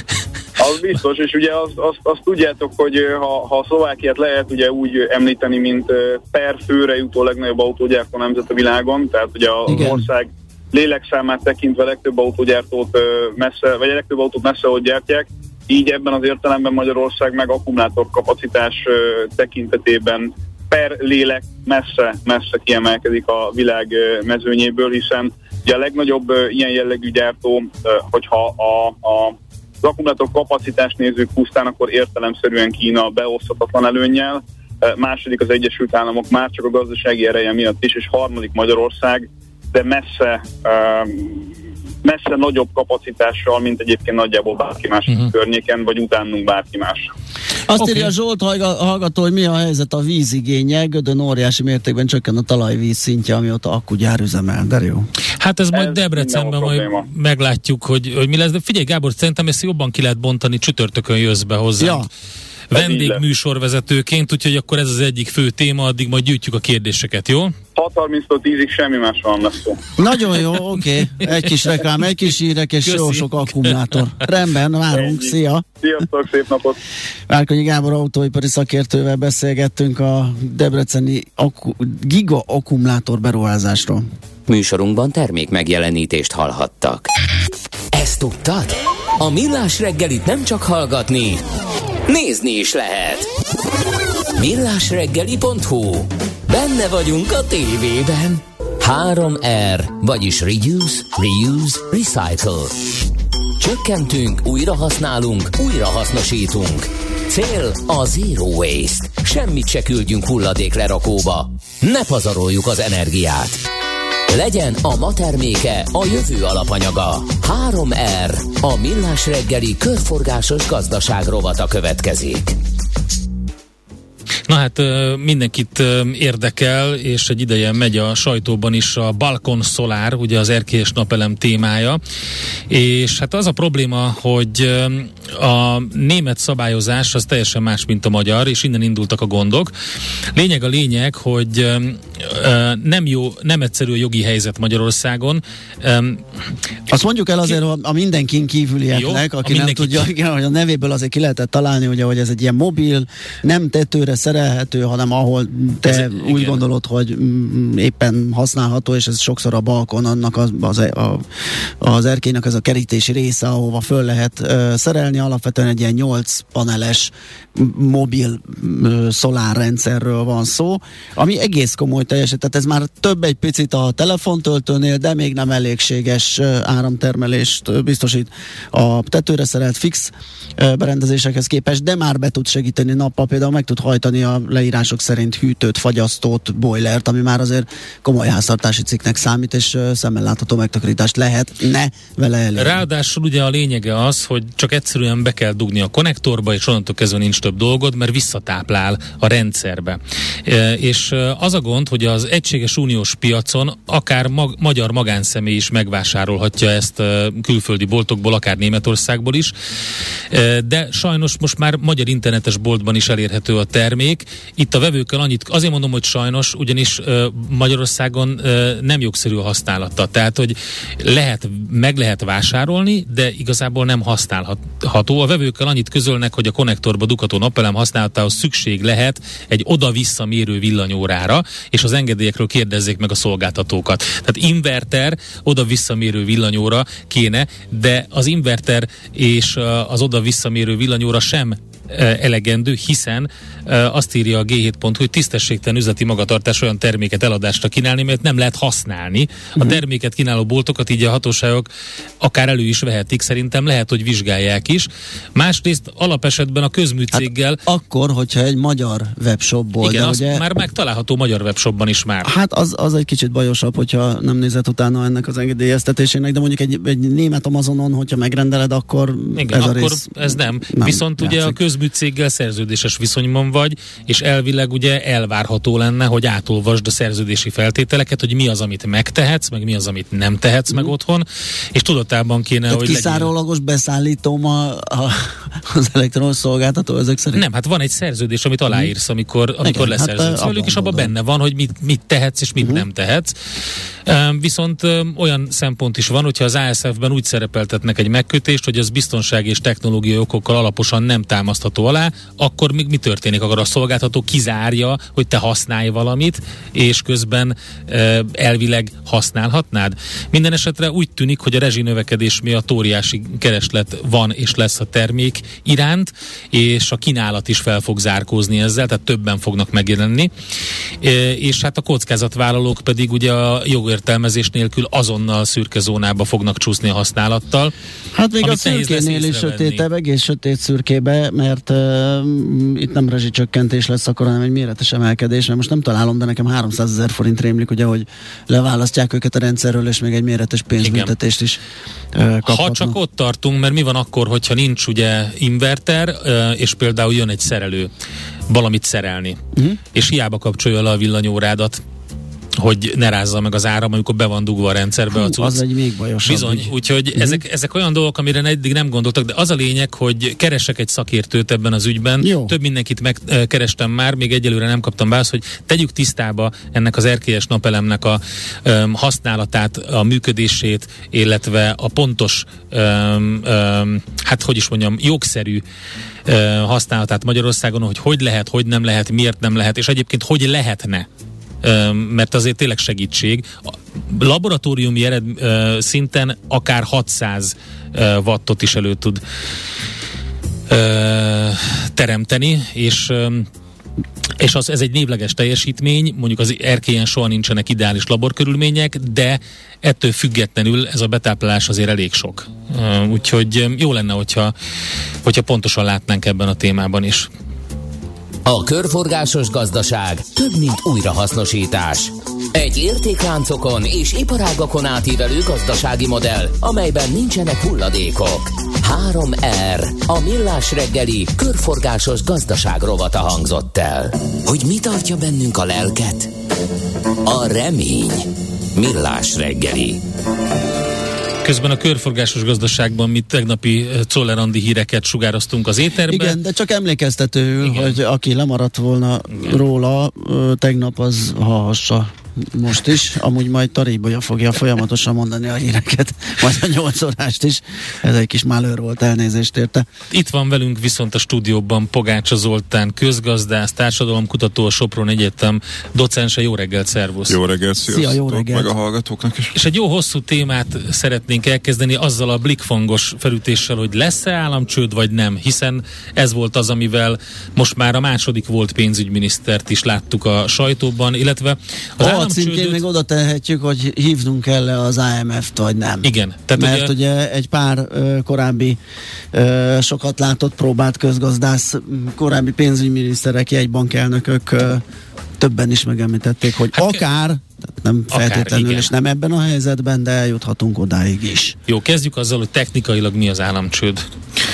Az biztos, és ugye azt tudjátok, hogy ha Szlovákiát lehet ugye úgy említeni, mint per főre jutó legnagyobb autógyártó nemzet a világon, tehát ugye az ország lélekszámát tekintve legtöbb autógyártót legtöbb autót messze ott gyártják, így ebben az értelemben Magyarország meg akkumulátorkapacitás tekintetében per lélek messze kiemelkedik a világ mezőnyéből, hiszen ugye a legnagyobb ilyen jellegű gyártó, hogyha az akkumulátor kapacitást nézzük pusztán, akkor értelemszerűen Kína beoszthatatlan előnnyel, második az Egyesült Államok már csak a gazdasági ereje miatt is, és harmadik Magyarország, de messze nagyobb kapacitással, mint egyébként nagyjából bárki más környéken, vagy utánunk bárki más. Azt írja Zsolt hallgató, hogy mi a helyzet a vízigénnyel. Gödön óriási mértékben csökken a talajvíz szintje, amióta akkugyár üzemel, de jó. Hát ez majd Debrecenben majd meglátjuk, hogy mi lesz. De figyelj Gábor, szerintem ezt jobban ki lehet bontani, csütörtökön jössz be hozzánk. Ja. Vendégműsorvezetőként, úgyhogy akkor ez az egyik fő téma, addig majd gyűjtjük a kérdéseket, jó? 6:30-tól 10-ig semmi más van lesz szó. Nagyon jó, oké. Egy kis reklám, egy kis hírek és jó sok akkumulátor. Rendben, várunk, szia! Sziasztok, szép napot! Várkonyi Gábor autóipari szakértővel beszélgettünk a debreceni giga akkumulátor beruházásról. Műsorunkban termék megjelenítést hallhattak. Ezt tudtad? A Millás reggelit nem csak hallgatni, nézni is lehet. millásreggeli.hu. Benne vagyunk a tévében. 3R, vagyis Reduce, Reuse, Recycle. Csökkentünk, újrahasználunk, újrahasznosítunk. Cél a Zero Waste. Semmit se küldjünk hulladéklerakóba. Ne pazaroljuk az energiát. Legyen a ma terméke a jövő alapanyaga. 3R, a Millás reggeli körforgásos gazdaság rovata következik. Na hát mindenkit érdekel, és egy ideje megy a sajtóban is a Balkon Solar, ugye az erkélyes napelem témája, és hát az a probléma, hogy a német szabályozás az teljesen más, mint a magyar, és innen indultak a gondok. A lényeg, hogy nem egyszerű a jogi helyzet Magyarországon. Azt mondjuk el azért a mindenkin kívülieknek, aki nem tudja, hogy a nevéből azért ki lehetett találni, ugye, hogy ez egy ilyen mobil, nem tetőre szerelhető, hanem ahol te úgy gondolod, hogy éppen használható, és ez sokszor a balkon, annak az erkélynek ez a kerítési része, ahova föl lehet szerelni. Alapvetően egy ilyen 8 paneles mobil szolárrendszerről van szó, ami egész komoly teljesít. Tehát ez már több egy picit a telefontöltőnél, de még nem elégséges áramtermelést biztosít a tetőre szerelt fix berendezésekhez képest, de már be tud segíteni nappal, például meg tud hajtani a leírások szerint hűtőt, fagyasztót, boilert, ami már azért komoly háztartási cikknek számít, és szemmel látható megtakarítást lehetne vele elérni. Ráadásul ugye a lényege az, hogy csak egyszerűen be kell dugni a konnektorba, és onnantól kezdve nincs több dolgod, mert visszatáplál a rendszerbe. És az a gond, hogy az egységes uniós piacon akár magyar magánszemély is megvásárolhatja ezt külföldi boltokból, akár Németországból is, de sajnos most már magyar internetes boltban is elérhető a termék. Itt a vevőkkel annyit, azért mondom, hogy sajnos, ugyanis Magyarországon nem jogszerű a használata. Tehát, hogy meg lehet vásárolni, de igazából nem használható. A vevőkkel annyit közölnek, hogy a konnektorba dugható napelem használatához szükség lehet egy oda-vissza mérő villanyórára, és az engedélyekről kérdezzék meg a szolgáltatókat. Tehát inverter, oda-vissza mérő villanyóra kéne, de az inverter és az oda-vissza mérő villanyóra sem elegendő, hiszen azt írja a G7.hu, hogy tisztességtelen üzleti magatartás olyan terméket eladásra kínálni, mert nem lehet használni. A terméket kínáló boltokat így a hatóságok akár elő is vehetik, szerintem lehet, hogy vizsgálják is. Másrészt alapesetben a közműcéggel... Hát akkor, hogyha egy magyar webshopból... Igen, azt ugye... már megtalálható magyar webshopban is már. Hát az egy kicsit bajosabb, hogyha nem nézett utána ennek az engedélyeztetésének, de mondjuk egy német Amazonon, hogyha megrendeled, akkor igen, ez akkor a rész ez nem. Viszont ugye a közműcéggel szerződéses viszonyban vagy, és elvileg ugye elvárható lenne, hogy átolvasd a szerződési feltételeket, hogy mi az, amit megtehetsz, meg mi az, amit nem tehetsz meg otthon, és tudatában kéne, tehát hogy kiszárólagos beszállítom az elektronos szolgáltató ezek szerint? Nem, hát van egy szerződés, amit aláírsz, amikor leszerződsz velük, és abban benne van, hogy mit tehetsz és mit nem tehetsz. Viszont olyan szempont is van, hogyha az ASF-ben úgy szerepeltetnek egy megkötést, hogy az biztonsági és technológiai okokkal alaposan nem támasztható alá, akkor mi történik? Akkor a szolgáltató kizárja, hogy te használj valamit, és közben elvileg használhatnád. Minden esetre úgy tűnik, hogy a rezsinövekedés miatt óriási kereslet van és lesz a termék iránt, és a kínálat is fel fog zárkózni ezzel, tehát többen fognak megjelenni. És hát a kockázatvállalók pedig ugye a jogértelmezés nélkül azonnal szürke zónába fognak csúszni a használattal. Hát még a szürkénél is sötétebb, egész sötét szürkébe, mert itt nem rezsicsökkentés lesz akkor, hanem egy méretes emelkedés, mert most nem találom, de nekem 300 000 forint rémlik, ugye, hogy leválasztják őket a rendszerről, és még egy méretes pénzbüntetést is kaphatnak. Ha csak ott tartunk, mert mi van akkor, hogyha nincs ugye inverter, és például jön egy szerelő valamit szerelni, és hiába kapcsolja le a villanyórádat, hogy ne rázza meg az áram, amikor be van dugva a rendszerbe a cucc. Az egy még bajosabb. Bizony, úgyhogy ezek olyan dolgok, amire eddig nem gondoltak, de az a lényeg, hogy keresek egy szakértőt ebben az ügyben. Jó. Több mindenkit megkerestem már, még egyelőre nem kaptam választ, hogy tegyük tisztába ennek az erkélyes napelemnek a használatát, a működését, illetve a pontos, jogszerű használatát Magyarországon, hogy lehet, hogy nem lehet, miért nem lehet, és egyébként hogy lehetne. Mert azért tényleg segítség. Laboratóriumi szinten akár 600 wattot is elő tud teremteni, és ez egy névleges teljesítmény, mondjuk az erkélyen soha nincsenek ideális laborkörülmények, de ettől függetlenül ez a betáplálás azért elég sok. Úgyhogy jó lenne, hogyha pontosan látnánk ebben a témában is. A körforgásos gazdaság több, mint újrahasznosítás. Egy értékláncokon és iparágakon átívelő gazdasági modell, amelyben nincsenek hulladékok. 3R, a Millás reggeli körforgásos gazdaság rovata hangzott el. Hogy mi tartja bennünk a lelket? A remény. Millás reggeli. Közben a körforgásos gazdaságban mi tegnapi Czoller Andi híreket sugároztunk az éterben. Igen, de csak emlékeztetőül, hogy aki lemaradt volna róla, tegnap az hallhassa most is. Amúgy majd Taríbolya fogja folyamatosan mondani a híreket, majd a 8 órást is. Ez egy kis málőr volt, elnézést érte. Itt van velünk viszont a stúdióban Pogácsa Zoltán, közgazdász, társadalomkutató, a Sopron Egyetem docense. Jó reggelt, szervusz! Jó reggelt, sziasztok! Szia, jó reggelt. Meg a hallgatóknak is. És egy jó hosszú témát szeretnénk elkezdeni azzal a blikfangos felütéssel, hogy lesz-e államcsőd vagy nem, hiszen ez volt az, amivel most már a második volt pénzügyminisztert is láttuk a sajtóban, illetve az címként még oda tehetjük, hogy hívnunk kell az IMF-t, vagy nem. Igen. Tehát mert ugye egy pár korábbi sokat látott, próbált közgazdász, korábbi pénzügyminiszterek, jegybankelnökök többen is megemlítették, hogy akár nem feltétlenül, és nem ebben a helyzetben, de eljuthatunk odáig is. Jó, kezdjük azzal, hogy technikailag mi az államcsőd.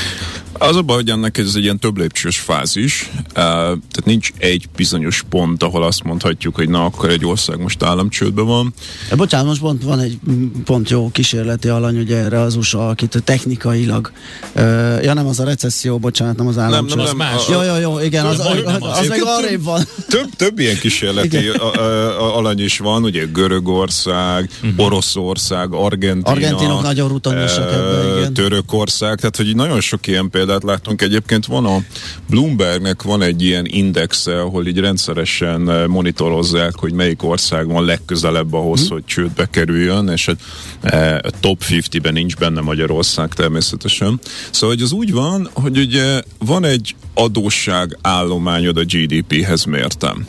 Az a baj, hogy ennek ez egy ilyen több lépcsős fázis, tehát nincs egy bizonyos pont, ahol azt mondhatjuk, hogy na, akkor egy ország most államcsődben van. Bocsánat, most van egy pont jó kísérleti alany, ugye erre az USA, akit technikailag, nem az a recesszió, bocsánat, nem az államcsőd. Nem, az más. Jó, igen, az meg arrébb van. Több ilyen kísérleti alany is van, ugye Görögország, Oroszország, Argentína. Argentinok nagyon rutinyosak ebben, igen. Törökország, tehát hogy nagyon sok ilyen példát láttunk. Egyébként van a Bloombergnek van egy ilyen indexe, ahol így rendszeresen monitorozzák, hogy melyik ország van legközelebb ahhoz, hogy csődbe kerüljön, és a top 50-ben nincs benne Magyarország természetesen. Szóval hogy az úgy van, hogy ugye van egy adósság állományod a GDP-hez mértem.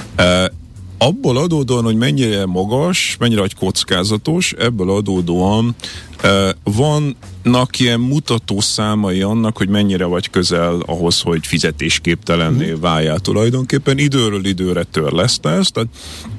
Abból adódóan, hogy mennyire magas, mennyire vagy kockázatos, ebből adódóan vannak ilyen mutató számai annak, hogy mennyire vagy közel ahhoz, hogy fizetésképtelenné váljál tulajdonképpen. Időről időre törlesztesz, tehát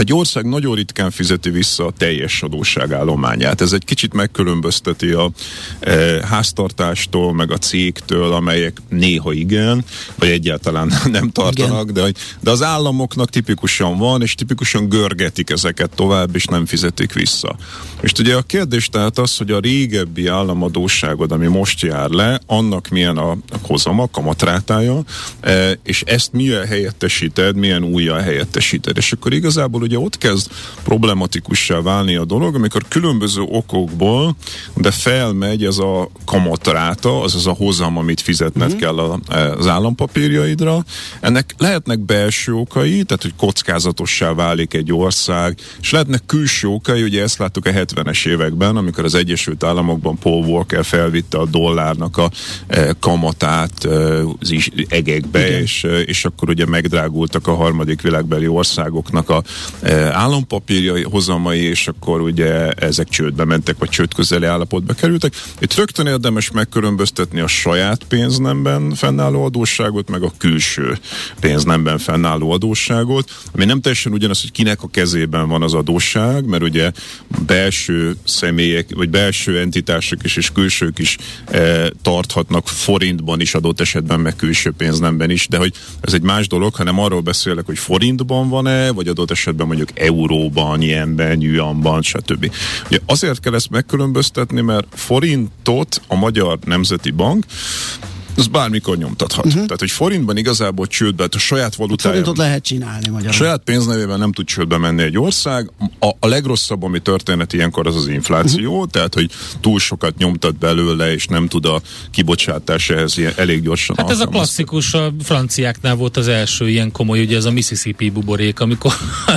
egy ország nagyon ritkán fizeti vissza a teljes adósságállományát. Ez egy kicsit megkülönbözteti a háztartástól, meg a cégtől, amelyek néha igen, vagy egyáltalán nem tartanak, de az államoknak tipikusan van, és tipikusan görgetik ezeket tovább, és nem fizetik vissza. És ugye a kérdés tehát az, hogy a régebbi államadósságod, ami most jár le, annak milyen a hozama, kamatrátája, és ezt milyen helyettesíted, milyen újjal helyettesíted. És akkor igazából ugye ott kezd problematikussá válni a dolog, amikor különböző okokból, de felmegy ez a kamatráta, azaz a hozam, amit fizetned kell az állampapírjaidra. Ennek lehetnek belső okai, tehát hogy kockázatossá válik egy ország, és lehetnek külső okai, ugye ezt láttuk a 70-es években, amikor az Egyesült Államokban Paul Volcker felvitte a dollárnak a kamatát az egekbe, és akkor ugye megdrágultak a harmadik világbeli országoknak a állampapírjai, hozamai, és akkor ugye ezek csődbe mentek, vagy csőd közeli állapotba kerültek. Itt rögtön érdemes megkülönböztetni a saját pénznemben fennálló adósságot, meg a külső pénznemben fennálló adósságot, ami nem teljesen ugyanaz, hogy kinek a kezében van az adósság, mert ugye belső személyek, vagy belső entitások is, és külsők is tarthatnak forintban is adott esetben, meg külső pénznemben is, de hogy ez egy más dolog, hanem arról beszélek, hogy forintban van-e, vagy adott esetben mondjuk euróban, yenben, yuanban, stb. Ugye azért kell ezt megkülönböztetni, mert forintot a Magyar Nemzeti Bank az bármikor nyomtathat. Tehát, hogy forintban igazából csődbe, a saját valutájában. Forintot lehet csinálni magyarul. A saját pénznevében nem tud csődbe menni egy ország. A legrosszabb, ami történet ilyenkor, az infláció, tehát, hogy túl sokat nyomtat belőle, és nem tud a kibocsátás ehhez elég gyorsan. Hát ez a klasszikus, a franciáknál volt az első ilyen komoly, ugye ez a Mississippi buborék, amikor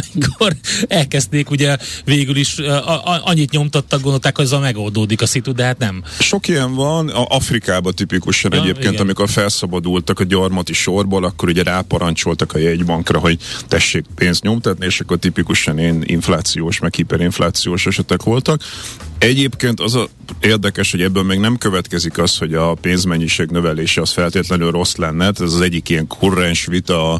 elkezdték ugye végül is annyit nyomtattak, gondolták, hogy azzal megoldódik a szitu, de hát nem. Sok ilyen van, Afrikában tipikusan egyébként, amikor felszabadultak a gyarmati sorból, akkor ugye ráparancsoltak a jegybankra, hogy tessék pénzt nyomtatni, és akkor tipikusan inflációs, meg hiperinflációs esetek voltak. Egyébként az a érdekes, hogy ebből még nem következik az, hogy a pénzmennyiség növelése az feltétlenül rossz lenne. Ez az egyik ilyen kurrens vita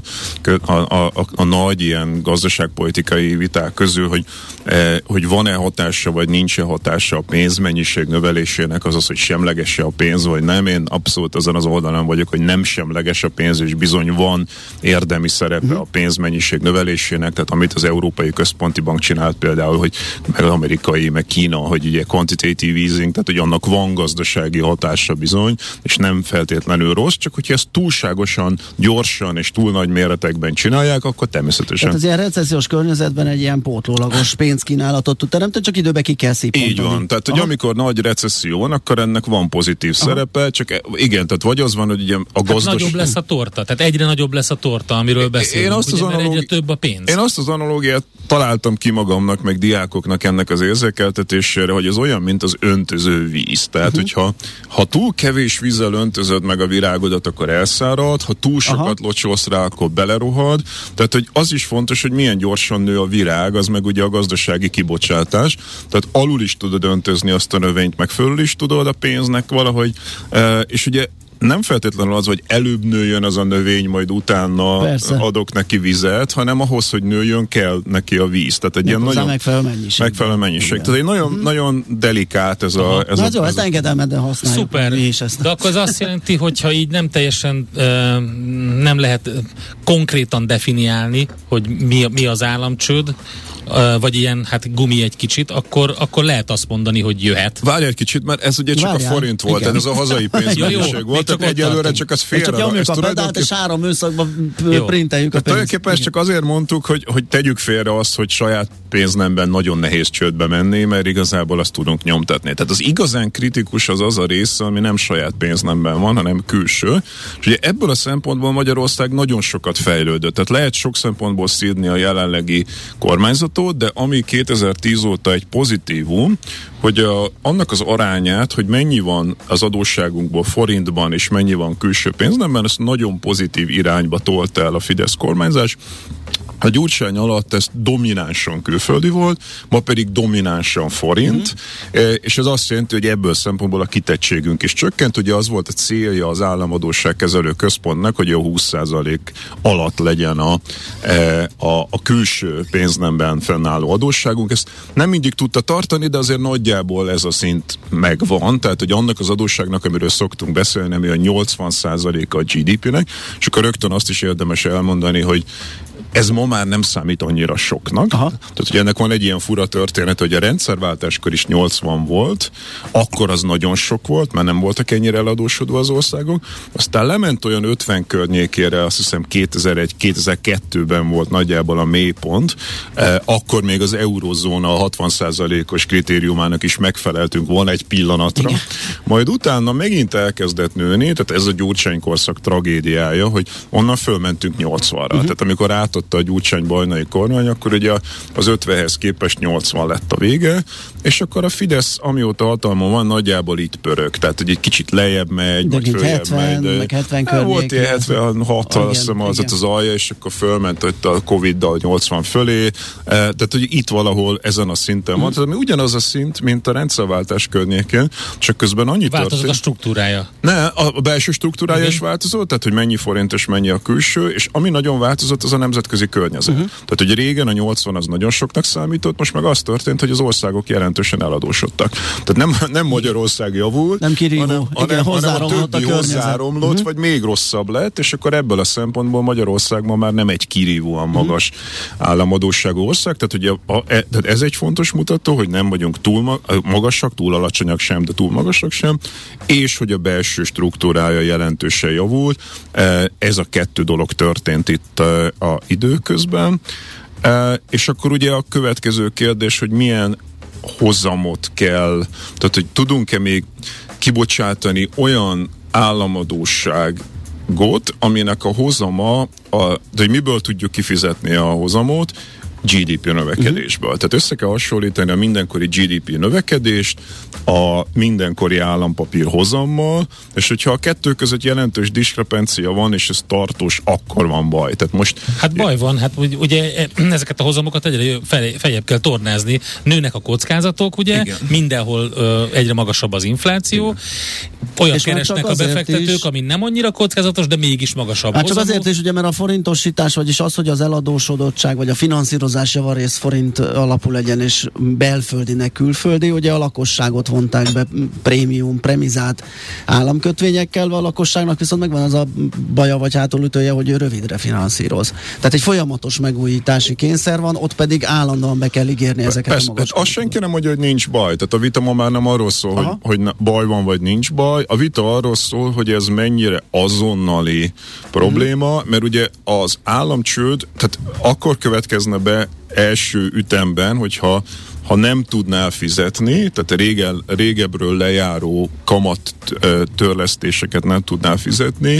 a nagy ilyen gazdaságpolitikai viták közül, hogy van-e hatása, vagy nincs-e hatása a pénzmennyiség növelésének, azaz, hogy semleges-e a pénz, vagy nem. Én abszolút azon az oldalon vagyok, hogy nem semleges a pénz, és bizony van érdemi szerepe a pénzmennyiség növelésének, tehát amit az Európai Központi Bank csinált például, hogy meg az amerikai, meg Kína, hogy ugye quantitative easing, tehát hogy annak van gazdasági hatása bizony, és nem feltétlenül rossz, csak hogyha ezt túlságosan, gyorsan és túl nagy méretekben csinálják, akkor természetesen. Tehát az ilyen recessziós környezetben egy ilyen pótlólagos pénzkínálatot tud teremteni, csak időben ki kell szépen. Így van, tehát hogy amikor nagy recesszió van, akkor ennek van pozitív szerepe, csak igen, tehát vagy az van, hogy ugye a gazdaság... nagyobb lesz a torta, tehát egyre nagyobb lesz a torta, amiről beszélünk, mert egyre több a pénz. Én azt az analógiát találtam ki magamnak, meg diákoknak ennek az érzékeltetésére, hogy ez olyan, mint az öntöző víz. Tehát, hogyha túl kevés vízzel öntözöd meg a virágodat, akkor elszárad, ha túl sokat locsolsz rá, akkor belerohad. Tehát, hogy az is fontos, hogy milyen gyorsan nő a virág, az meg ugye a gazdasági kibocsátás. Tehát alul is tudod öntözni azt a növényt, meg fölül is tudod a pénznek valahogy, és ugye nem feltétlenül az, hogy előbb nőjön az a növény, majd utána adok neki vizet, hanem ahhoz, hogy nőjön, kell neki a víz. Tehát egy ilyen nagyon megfelelő mennyiség. Tehát egy nagyon, nagyon delikát ez a... Ezt engedelmedden használjuk. Szuper. De akkor az azt jelenti, hogyha így nem teljesen nem lehet konkrétan definiálni, hogy mi az államcsőd, vagy ilyen, hát gumi egy kicsit, akkor lehet azt mondani, hogy jöhet. Várj egy kicsit, mert ez ugye csak a forint volt, tehát ez a hazai pénzmennyiség volt, tehát egyelőre csak az félre. Csak nyomjuk a pedált, és 3 műszakban printeljük a pénzt. Tulajdonképpen ezt csak azért mondtuk, hogy tegyük félre azt, hogy saját pénznemben nagyon nehéz csődbe menni, mert igazából azt tudunk nyomtatni. Tehát az igazán kritikus az a része, ami nem saját pénznemben van, hanem külső. És ugye ebből a szempontból Magyarország nagyon sokat fejlődött. Tehát lehet sok szempontból szídni a jelenlegi kormányzat, de ami 2010 óta egy pozitívum, hogy annak az arányát, hogy mennyi van az adósságunkból forintban, és mennyi van külső pénznemben, ezt nagyon pozitív irányba tolta el a Fidesz kormányzás. A Gyurcsány alatt ez dominánsan külföldi volt, ma pedig dominánsan forint, és ez azt jelenti, hogy ebből szempontból a kitettségünk is csökkent. Ugye az volt a célja az államadósságkezelő központnak, hogy a 20% alatt legyen a külső pénznemben fennálló adósságunk. Ezt nem mindig tudta tartani, de azért nagyjából ez a szint megvan, tehát hogy annak az adósságnak, amiről szoktunk beszélni, ami a 80%-a a GDP-nek, és akkor rögtön azt is érdemes elmondani, hogy ez ma már nem számít annyira soknak. Aha. Tehát, hogy ennek van egy ilyen fura történet, hogy a rendszerváltáskor is 80 volt, akkor az nagyon sok volt, mert nem voltak ennyire eladósodva az országok. Aztán lement olyan 50 környékére, azt hiszem 2001-2002-ben volt nagyjából a mélypont, akkor még az eurózóna a 60%-os kritériumának is megfeleltünk volna egy pillanatra. Igen. Majd utána megint elkezdett nőni, tehát ez a Gyurcsány korszak tragédiája, hogy onnan fölmentünk 80-ra. Tehát amikor átott a Gyurcsány-Bajnai kormány, akkor ugye az 50-hez képest 80 lett a vége, és akkor a Fidesz, amióta hatalmon van, nagyjából itt pörög. Tehát, hogy egy kicsit lejjebb megy, vagy följebb 70, megy. Meg 70 környék. Volt ilyen 76, azt hiszem az alja, és akkor fölment ott a Covid-dal 80 fölé. Tehát, hogy itt valahol ezen a szinten van. Tehát, ami ugyanaz a szint, mint a rendszerváltás környékén, csak közben annyit változott a struktúrája. Ne, a belső struktúrája is változott, tehát, hogy mennyi forint és mennyi a külső, és ami nagyon változott, az a nemzetközi környezet. Tehát, hogy régen a 80 az nagyon soknak számított, most meg az történt, hogy az országok jelentősen eladósodtak. Tehát nem Magyarország javult, nem kirívó, hanem a többi hozzáromlott, vagy még rosszabb lett, és akkor ebből a szempontból Magyarország ma már nem egy kirívóan magas államadósságú ország, tehát ugye tehát ez egy fontos mutató, hogy nem vagyunk túl magasak, túl alacsonyak sem, de túl magasak sem, és hogy a belső struktúrája jelentősen javult. Ez a kettő dolog történt itt a időközben. És akkor ugye a következő kérdés, hogy milyen hozamot kell, tehát hogy tudunk-e még kibocsátani olyan államadósságot, aminek a hozama, de hogy miből tudjuk kifizetni a hozamot, GDP növekedésből. Tehát össze kell hasonlítani a mindenkori GDP növekedést a mindenkori állampapír hozammal, és hogyha a kettő között jelentős diskrepancia van, és ez tartós, akkor van baj. Tehát most... Hát baj van, hát ugye ezeket a hozamokat egyre feljebb kell tornázni. Nőnek a kockázatok, ugye? Igen. Mindenhol egyre magasabb az infláció. Igen. Olyan keresnek a befektetők, ami nem annyira kockázatos, de mégis magasabb hát csak azért is, ugye, mert a forintosítás, vagyis az, hogy az eladósodottság, vagy a finanszírozás javarész forint alapú legyen, és belföldinek külföldi, ugye a lakosságot vonták be prémium, premizált államkötvényekkel, a lakosságnak viszont megvan az a baja vagy hátulütője, hogy ő rövidre finanszíroz. Tehát egy folyamatos megújítási kényszer van, ott pedig állandóan be kell ígérni ezeket persze, a magas. Azt senki nem mondja, hogy nincs baj. Tehát a vita ma már nem arról szól, hogy baj van, vagy nincs baj. A vita arról szól, hogy ez mennyire azonnali probléma, mert ugye az államcsőd, tehát akkor következne be első ütemben, hogyha nem tudnál fizetni, tehát régebről lejáró kamat törlesztéseket nem tudnál fizetni,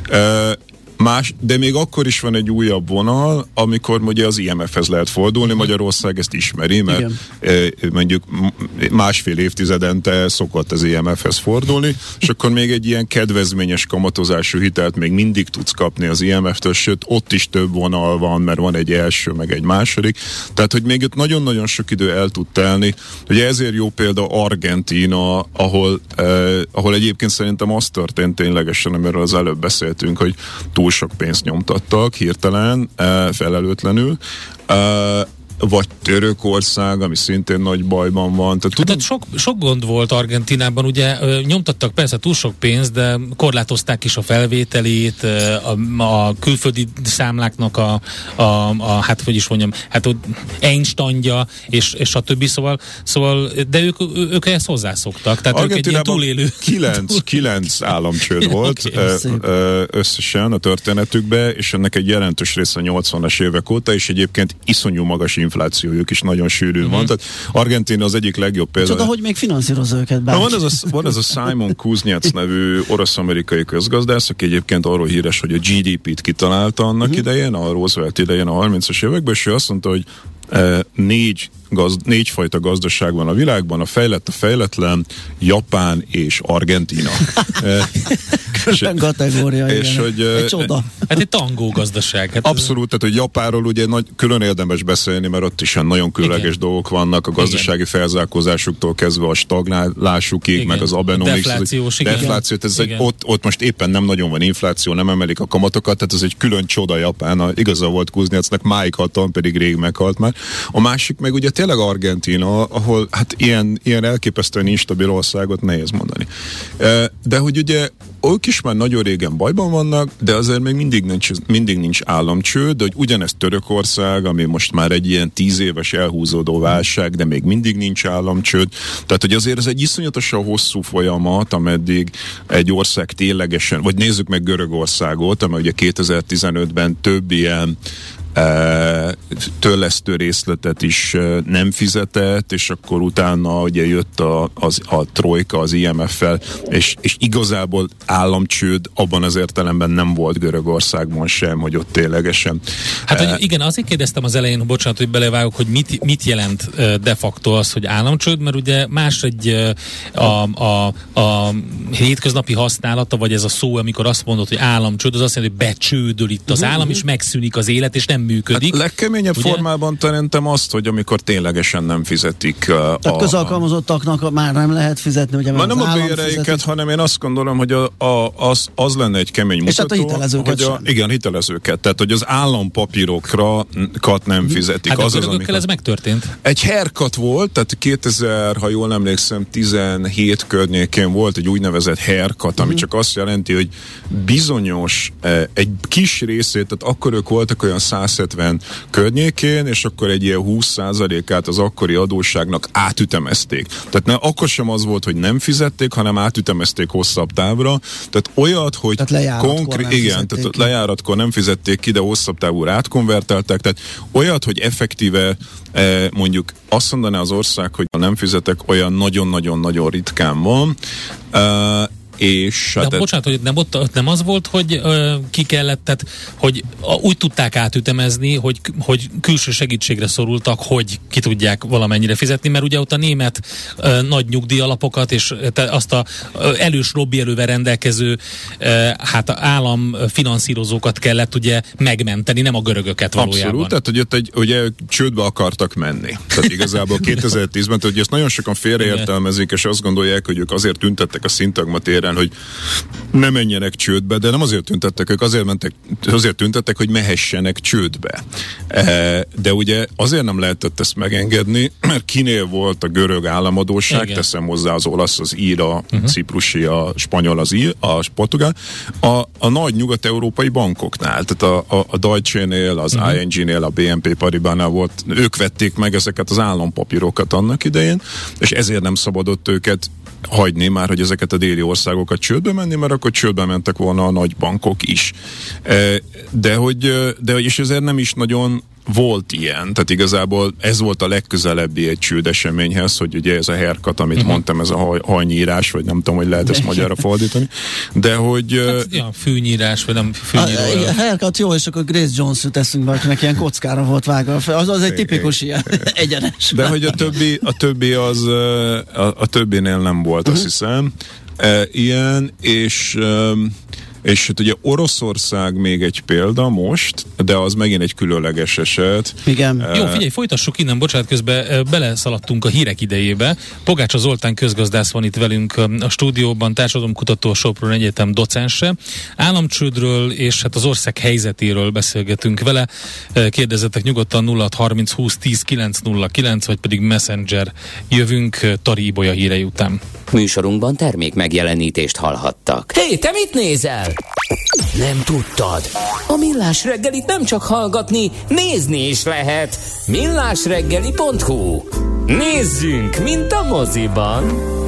de még akkor is van egy újabb vonal, amikor ugye az IMF-hez lehet fordulni, Magyarország ezt ismeri, mert mondjuk másfél évtizedente szokott az IMF-hez fordulni, és akkor még egy ilyen kedvezményes kamatozású hitelt még mindig tudsz kapni az IMF-től, sőt ott is több vonal van, mert van egy első, meg egy második, tehát hogy még itt nagyon-nagyon sok idő el tud telni. Ugye ezért jó példa Argentína, ahol egyébként szerintem az történt ténylegesen, amiről az előbb beszéltünk, hogy túl sok pénzt nyomtattak hirtelen, felelőtlenül, vagy Törökország, ami szintén nagy bajban van. Tehát sok gond volt Argentínában, ugye nyomtattak persze túl sok pénzt, de korlátozták is a felvételét, a külföldi számláknak hát hogy is mondjam, hát Einsteinja, és stb. Szóval de ők ezt hozzászoktak. Tehát ők egy ilyen túlélő. 9 államcsőd volt összesen a történetükben, és ennek egy jelentős része 80-as évek óta, és egyébként iszonyú magas inflációjuk is nagyon sűrűn van. Tehát Argentína az egyik legjobb példa. Csoda, hogy még finanszírozza őket bárki. Van ez a Simon Kuznets nevű orosz-amerikai közgazdász, aki egyébként arról híres, hogy a GDP-t kitalálta annak idején, a Roosevelt idején a 30-as években, és ő azt mondta, hogy négy fajta gazdaság van a világban, a fejlett, a fejletlen, Japán és Argentína. kategória, és hogy, egy csoda. Hát egy tangó gazdaság. Hát abszolút, tehát hogy Japánról ugye külön érdemes beszélni, mert ott is nagyon különleges dolgok vannak, a gazdasági felzárkózásuktól kezdve a stagnálásukig, meg az Abenomics. Defláció, ott most éppen nem nagyon van infláció, nem emelik a kamatokat, tehát ez egy külön csoda Japán. Igaza volt Kuznyecnek, máig hatalom, pedig rég meghalt már. A másik meg ugye tényleg Argentína, ahol hát ilyen elképesztően instabil országot nehéz mondani. De hogy ugye ők is már nagyon régen bajban vannak, de azért még mindig nincs államcsőd, de hogy ugyanezt Törökország, ami most már egy ilyen 10 éves elhúzódó válság, de még mindig nincs államcsőd. Tehát, hogy azért ez egy iszonyatosan hosszú folyamat, ameddig egy ország ténylegesen, vagy nézzük meg Görögországot, amely ugye 2015-ben több ilyen törlesztő részletet is nem fizetett, és akkor utána ugye jött a trojka az IMF-fel, és igazából államcsőd abban az értelemben nem volt Görögországban sem, hogy ott ténylegesen. Hát hogy igen, azért kérdeztem az elején, bocsánat, hogy belevágok, hogy mit jelent de facto az, hogy államcsőd, mert ugye más a hétköznapi használata, vagy ez a szó, amikor azt mondod, hogy államcsőd, az azt jelenti, hogy becsődöl itt az állam, és megszűnik az élet, és nem működik. Hát legkeményebb formában szerintem azt, hogy amikor ténylegesen nem fizetik. Tehát közalkalmazottaknak már nem lehet fizetni, ugye? Már nem a béreiket, hanem én azt gondolom, hogy az lenne egy kemény mutató. És hát a hitelezőket igen, hitelezőket. Tehát, hogy az állampapírokat nem fizetik. Hát a görögökkel ez megtörtént. Egy haircut volt, tehát 2000, ha jól emlékszem, 17 környékén volt egy úgynevezett haircut, ami csak azt jelenti, hogy bizonyos, egy kis részét, tehát akkor ők voltak olyan 170 környékén, és akkor egy ilyen 20%-át az akkori adósságnak átütemezték. Tehát akkor sem az volt, hogy nem fizették, hanem átütemezték hosszabb távra. Tehát olyat, hogy tehát lejáratkor nem fizették ki, de hosszabb távúra átkonvertálták. Tehát olyat, hogy effektíve mondjuk azt mondaná az ország, hogy nem fizetek, olyan nagyon-nagyon-nagyon ritkán van. És de bocsánat, hogy nem az volt, hogy ki kellett, tehát, hogy úgy tudták átütemezni, hogy külső segítségre szorultak, hogy ki tudják valamennyire fizetni, mert ugye ott a német nagy nyugdíjalapokat és azt a elős lobbyerővel rendelkező államfinanszírozókat kellett ugye megmenteni, nem a görögöket valójában. Abszolút, tehát hogy ugye csődbe akartak menni. Tehát igazából 2010-ben, tehát ezt nagyon sokan félreértelmezik, és azt gondolják, hogy ők azért tüntettek a szintagma téren, hogy ne menjenek csődbe, de nem azért tüntettek, ők azért tüntettek, hogy mehessenek csődbe. De ugye azért nem lehetett ezt megengedni, mert kinél volt a görög államadósság, teszem hozzá az olasz, az ír, a ciprusi, a spanyol, a portugál, a nagy nyugat-európai bankoknál, tehát a Deutsche-nél, az ING-nél, a BNP Paribas-nál volt, ők vették meg ezeket az állampapírokat annak idején, és ezért nem szabadott őket hagyni már, hogy ezeket a déli országokat csődbe menni, mert akkor csődbe mentek volna a nagy bankok is. De hogy és ezért nem is nagyon volt ilyen, tehát igazából ez volt a legközelebbi egy csődeseményhez, hogy ugye ez a haircut, amit mondtam, ez a hajnyírás, vagy nem tudom, hogy lehet ezt magyarra fordítani, de hogy... Hát, fűnyírás, vagy nem fűnyíró. A haircut jó, és akkor Grace Jones jut eszünkbe, akinek ilyen kockára volt vágva. Az egy tipikus ilyen egyenes. De hogy a többinél nem volt, azt hiszem. Ilyen, és hát ugye Oroszország még egy példa most, de az megint egy különleges eset. Igen. Jó, figyelj, folytassuk innen, bocsánat, közben beleszaladtunk a hírek idejébe. Pogácsa Zoltán közgazdász van itt velünk a stúdióban, társadalomkutató, a Sopron Egyetem docense. Államcsődről és hát az ország helyzetéről beszélgetünk vele. Kérdezzetek nyugodtan 0630 20 10 909, vagy pedig Messenger jövünk Tari Ibolya hírei után. Műsorunkban termék megjelenítést hallhattak. Hé, te mit nézel? Nem tudtad? A Millás reggelit nem csak hallgatni, nézni is lehet. millásreggeli.hu. Nézzünk, mint a moziban!